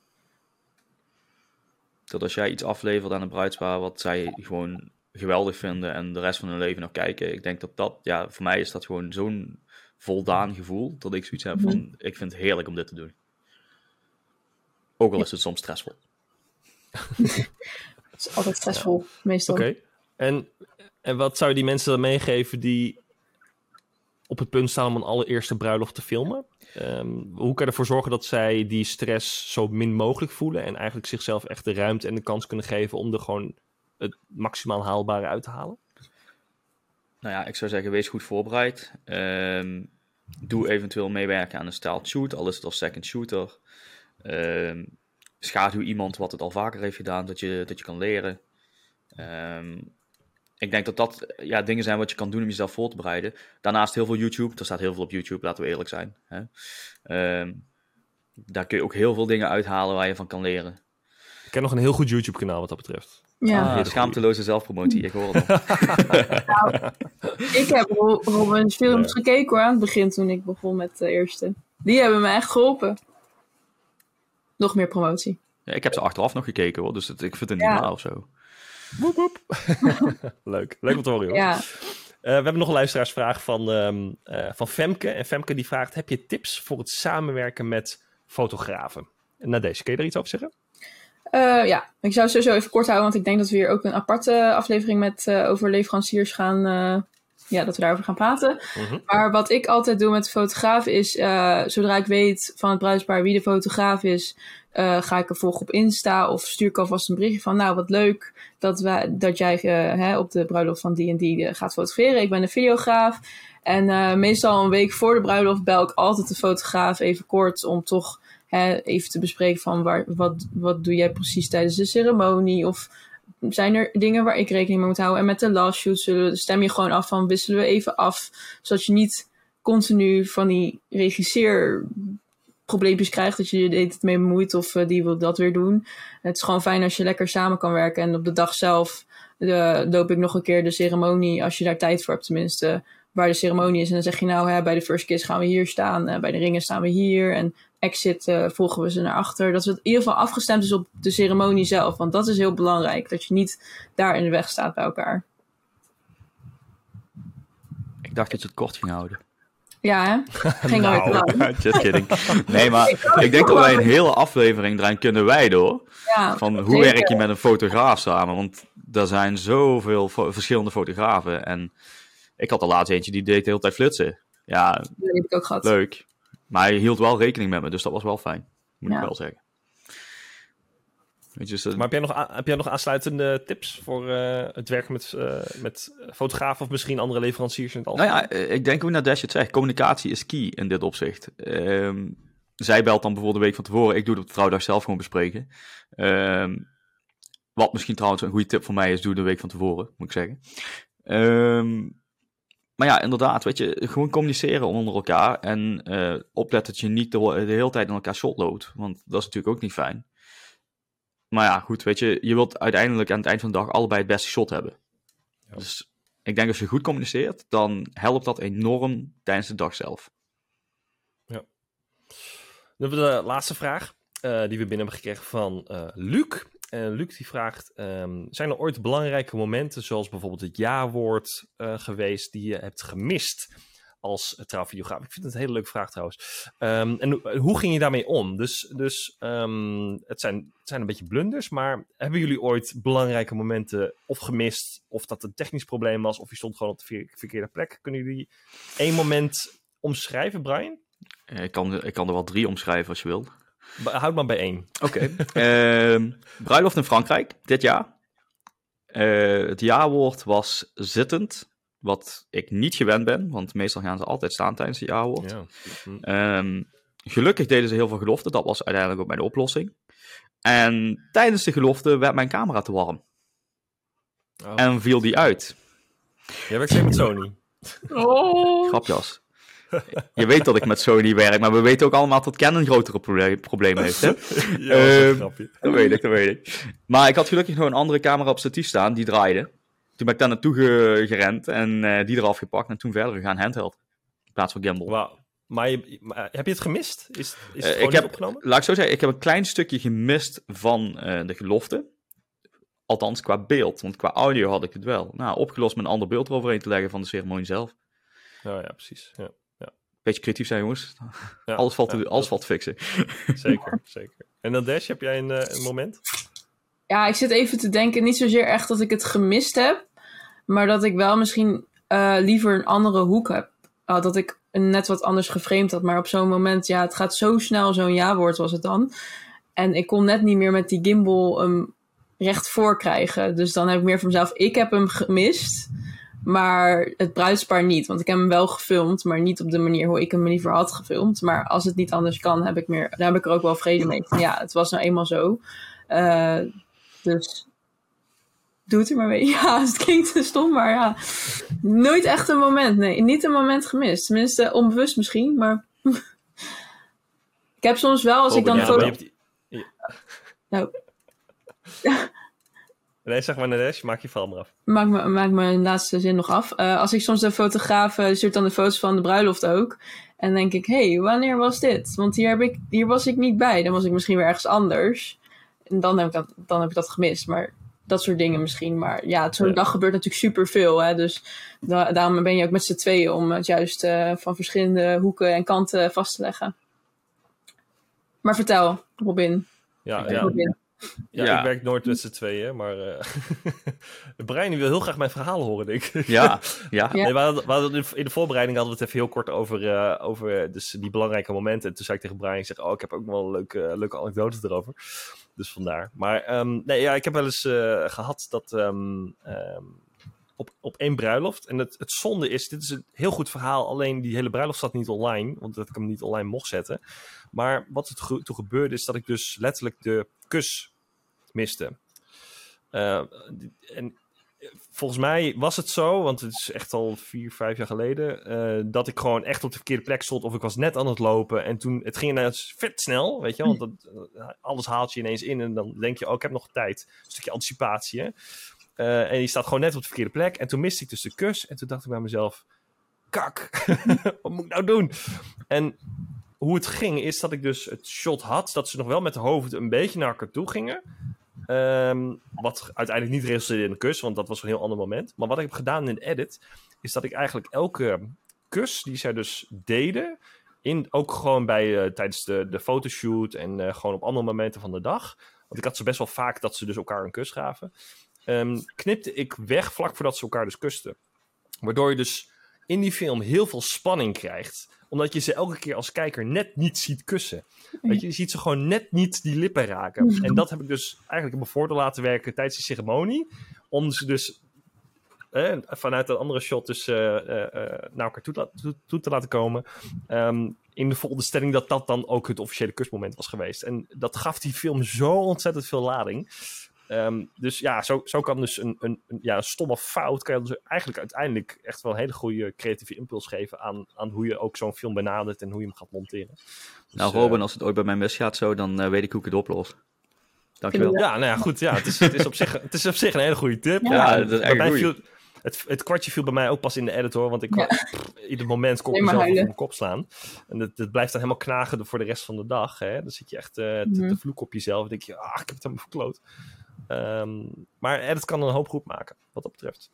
Dat als jij iets aflevert aan een bruidspaar wat zij gewoon geweldig vinden en de rest van hun leven nog kijken. Ik denk voor mij is dat gewoon zo'n voldaan gevoel, dat ik zoiets heb van, ik vind het heerlijk om dit te doen. Ook al is het soms stressvol. Het is altijd stressvol, meestal. Oké. En wat zou je die mensen dan meegeven die op het punt staan om een allereerste bruiloft te filmen? Hoe kan je ervoor zorgen dat zij die stress zo min mogelijk voelen en eigenlijk zichzelf echt de ruimte en de kans kunnen geven om er gewoon het maximaal haalbare uit te halen? Nou ja, ik zou zeggen, wees goed voorbereid. Doe eventueel meewerken aan een styled shoot, al is het als second shooter. Schaduw iemand wat het al vaker heeft gedaan, dat je kan leren. Ik denk dat dingen zijn wat je kan doen om jezelf voor te bereiden. Daarnaast heel veel YouTube. Er staat heel veel op YouTube, laten we eerlijk zijn. Hè? Daar kun je ook heel veel dingen uithalen waar je van kan leren. Ik ken nog een heel goed YouTube-kanaal wat dat betreft. Ja. Schaamteloze zelfpromotie, ik hoor het al. Ik heb Robin's films gekeken hoor, aan het begin toen ik begon met de eerste. Die hebben me echt geholpen. Nog meer promotie. Ja, ik heb ze achteraf nog gekeken hoor, dus ik vind het niet normaal of zo. Woep, woep. Leuk om te horen, joh. Ja. We hebben nog een luisteraarsvraag van Femke. En Femke die vraagt, heb je tips voor het samenwerken met fotografen? En deze, kun je er iets over zeggen? Ik zou het sowieso even kort houden, want ik denk dat we hier ook een aparte aflevering met over leveranciers gaan, dat we daarover gaan praten. Mm-hmm. Maar wat ik altijd doe met fotografen is, zodra ik weet van het bruidspaar wie de fotograaf is, ga ik er volgen op Insta of stuur ik alvast een berichtje van, nou wat leuk dat jij op de bruiloft van die en die gaat fotograferen. Ik ben een videograaf En meestal een week voor de bruiloft bel ik altijd de fotograaf even kort om toch even te bespreken van wat doe jij precies tijdens de ceremonie? Of zijn er dingen waar ik rekening mee moet houden? En met de last shoot stem je gewoon af van wisselen we even af, zodat je niet continu van die regisseerprobleempjes krijgt dat je je het mee bemoeit of die wil dat weer doen. Het is gewoon fijn als je lekker samen kan werken en op de dag zelf loop ik nog een keer de ceremonie, als je daar tijd voor hebt tenminste, waar de ceremonie is. En dan zeg je nou, bij de first kiss gaan we hier staan, bij de ringen staan we hier en exit volgen we ze naar achter. Dat het in ieder geval afgestemd is op de ceremonie zelf, want dat is heel belangrijk, dat je niet daar in de weg staat bij elkaar. Ik dacht dat je het kort ging houden. Ja, hè? Ging nooit lang. Just kidding. Nee, maar ik denk dat wij een hele aflevering eraan kunnen wijden, hoor. Ja, van hoe werk je met een fotograaf samen? Want er zijn zoveel verschillende fotografen. En ik had er laatst eentje die deed de hele tijd flitsen. Ja, dat heb ik ook gehad. Leuk. Maar hij hield wel rekening met me, dus dat was wel fijn. Moet ik wel zeggen. Weet je, maar heb jij nog aansluitende tips voor het werken met fotografen of misschien andere leveranciers in het algemeen? Nou ja, ik denk ook naar Dash het zegt. Communicatie is key in dit opzicht. Zij belt dan bijvoorbeeld de week van tevoren. Ik doe het op de trouwdag zelf gewoon bespreken. Wat misschien trouwens een goede tip voor mij is, doe de week van tevoren, moet ik zeggen. Maar ja, inderdaad, weet je, gewoon communiceren onder elkaar en opletten dat je niet de hele tijd in elkaar shot loopt, want dat is natuurlijk ook niet fijn. Maar ja, goed, weet je wilt uiteindelijk aan het eind van de dag allebei het beste shot hebben. Ja. Dus ik denk als je goed communiceert, dan helpt dat enorm tijdens de dag zelf. Ja. Dan hebben we de laatste vraag die we binnen hebben gekregen van Luc. Luc die vraagt, zijn er ooit belangrijke momenten, zoals bijvoorbeeld het ja-woord geweest, die je hebt gemist als trouwvideograaf? Ik vind het een hele leuke vraag trouwens. En hoe ging je daarmee om? Dus het zijn een beetje blunders, maar hebben jullie ooit belangrijke momenten of gemist, of dat een technisch probleem was, of je stond gewoon op de verkeerde plek? Kunnen jullie één moment omschrijven, Brian? Ik kan er wel 3 omschrijven als je wilt. Houd maar bij 1. Oké. Bruiloft in Frankrijk, dit jaar. Het ja-woord was zittend. Wat ik niet gewend ben, want meestal gaan ze altijd staan tijdens het ja-woord. Ja. Gelukkig deden ze heel veel geloften. Dat was uiteindelijk ook mijn oplossing. En tijdens de gelofte werd mijn camera te warm. Oh. En viel die uit. Jij werkt steeds met Sony. Oh. Grapjas. Je weet dat ik met Sony werk, maar we weten ook allemaal dat Canon grotere problemen heeft. Hè? Ja, dat grapje. Dat weet ik. Maar ik had gelukkig nog een andere camera op statief staan, die draaide. Toen ben ik daar naartoe gerend en die eraf gepakt en toen verder gegaan handheld. In plaats van gimbal. Wow. Maar heb je het gemist? Is het gewoon niet opgenomen? Laat ik zo zeggen, ik heb een klein stukje gemist van de gelofte. Althans qua beeld, want qua audio had ik het wel. Nou, opgelost met een ander beeld eroverheen te leggen van de ceremonie zelf. Oh ja, precies. Ja. Beetje creatief zijn, jongens. Ja, alles valt te fixen. Zeker. En dan Dash, heb jij een moment? Ja, ik zit even te denken, niet zozeer echt dat ik het gemist heb, maar dat ik wel misschien liever een andere hoek heb. Dat ik net wat anders geframed had, maar op zo'n moment, ja, het gaat zo snel, zo'n ja-woord was het dan. En ik kon net niet meer met die gimbal recht voor krijgen. Dus dan heb ik meer voor mezelf, ik heb hem gemist, maar het bruidspaar niet. Want ik heb hem wel gefilmd, maar niet op de manier hoe ik hem liever had gefilmd. Maar als het niet anders kan, daar heb ik er ook wel vrede mee. Ja, het was nou eenmaal zo. Dus doe het er maar mee. Ja, het klinkt te stom, maar ja. Nooit echt een moment. Nee, niet een moment gemist. Tenminste, onbewust misschien, maar ik heb soms wel, als ik dan Nou. Nee, zeg maar Nadesh, maak je val maar af. Maak mijn laatste zin nog af. Als ik soms de fotograaf stuurt dan de foto's van de bruiloft ook. En dan denk ik, hey, wanneer was dit? Want hier was ik niet bij. Dan was ik misschien weer ergens anders. En dan heb ik dat gemist. Maar dat soort dingen misschien. Maar ja, zo'n dag gebeurt natuurlijk superveel. Hè? Dus daarom ben je ook met z'n tweeën om het juist van verschillende hoeken en kanten vast te leggen. Maar vertel, Robin. Ja. Ik werk nooit met z'n tweeën, maar Brian wil heel graag mijn verhaal horen, denk ik. Ja. Nee, we hadden in de voorbereiding hadden we het even heel kort over dus die belangrijke momenten. En toen zei ik tegen Brian, ik heb ook wel een leuke anekdotes erover. Dus vandaar. Maar ik heb wel eens gehad dat op 1 bruiloft. En het zonde is, dit is een heel goed verhaal. Alleen die hele bruiloft staat niet online. Want dat ik hem niet online mocht zetten. Maar wat er toen gebeurde is dat ik dus letterlijk de kus miste. En volgens mij was het zo, want het is echt al 4-5 jaar geleden, dat ik gewoon echt op de verkeerde plek stond of ik was net aan het lopen en toen, het ging ineens vet snel, weet je, want alles haalt je ineens in en dan denk je, ik heb nog tijd. Een stukje anticipatie, hè. En je staat gewoon net op de verkeerde plek en toen miste ik dus de kus en toen dacht ik bij mezelf, kak, wat moet ik nou doen? En hoe het ging is dat ik dus het shot had, dat ze nog wel met de hoofd een beetje naar elkaar toe gingen. Wat uiteindelijk niet resulteerde in een kus, want dat was een heel ander moment. Maar wat ik heb gedaan in de edit, is dat ik eigenlijk elke kus die zij dus deden, ook gewoon tijdens de fotoshoot en gewoon op andere momenten van de dag, want ik had ze best wel vaak dat ze dus elkaar een kus gaven, knipte ik weg vlak voordat ze elkaar dus kusten. Waardoor je dus in die film heel veel spanning krijgt, omdat je ze elke keer als kijker net niet ziet kussen. Weet je ziet ze gewoon net niet die lippen raken. En dat heb ik dus eigenlijk in mijn voordeel laten werken tijdens die ceremonie. Om ze dus vanuit een andere shot dus naar elkaar toe te laten komen. In de volgende stelling dat dan ook het officiële kusmoment was geweest. En dat gaf die film zo ontzettend veel lading. Dus ja, zo kan dus een stomme fout kan je dus eigenlijk uiteindelijk echt wel een hele goede creatieve impuls geven aan hoe je ook zo'n film benadert en hoe je hem gaat monteren. Dus, nou Robin, als het ooit bij mij misgaat zo, dan weet ik hoe ik het oplos. Dankjewel. Ja, nou ja, goed. Ja, het is op zich een hele goede tip. Ja, dat is echt goed. Het kwartje viel bij mij ook pas in de editor, want ieder moment kon ik mezelf op mijn kop slaan. En dat blijft dan helemaal knagen voor de rest van de dag. Hè? Dan zit je echt te vloeken op jezelf en denk je, ik heb het helemaal verkloot. Maar edit kan een hoop goed maken, wat dat betreft.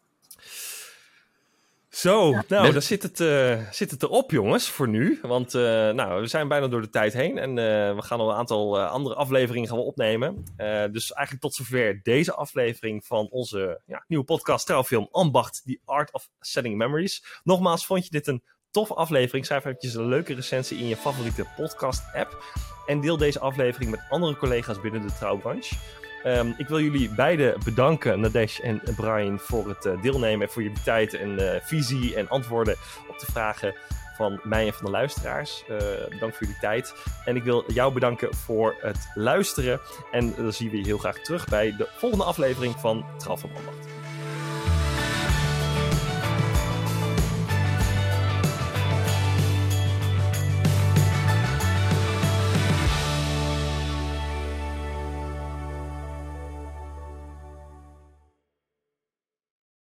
Zo, dan zit het erop, jongens, voor nu. Want we zijn bijna door de tijd heen. En we gaan al een aantal andere afleveringen gaan we opnemen. Dus eigenlijk tot zover deze aflevering van onze nieuwe podcast Trouwfilm Ambacht, The Art of Setting Memories. Nogmaals, vond je dit een toffe aflevering? Schrijf eventjes een leuke recensie in je favoriete podcast-app. En deel deze aflevering met andere collega's binnen de trouwbranche. Ik wil jullie beiden bedanken, Nadesh en Brian, voor het deelnemen en voor jullie tijd en visie en antwoorden op de vragen van mij en van de luisteraars. Bedankt voor jullie tijd. En ik wil jou bedanken voor het luisteren. En dan zien we je heel graag terug bij de volgende aflevering van Trouwfilm Ambacht.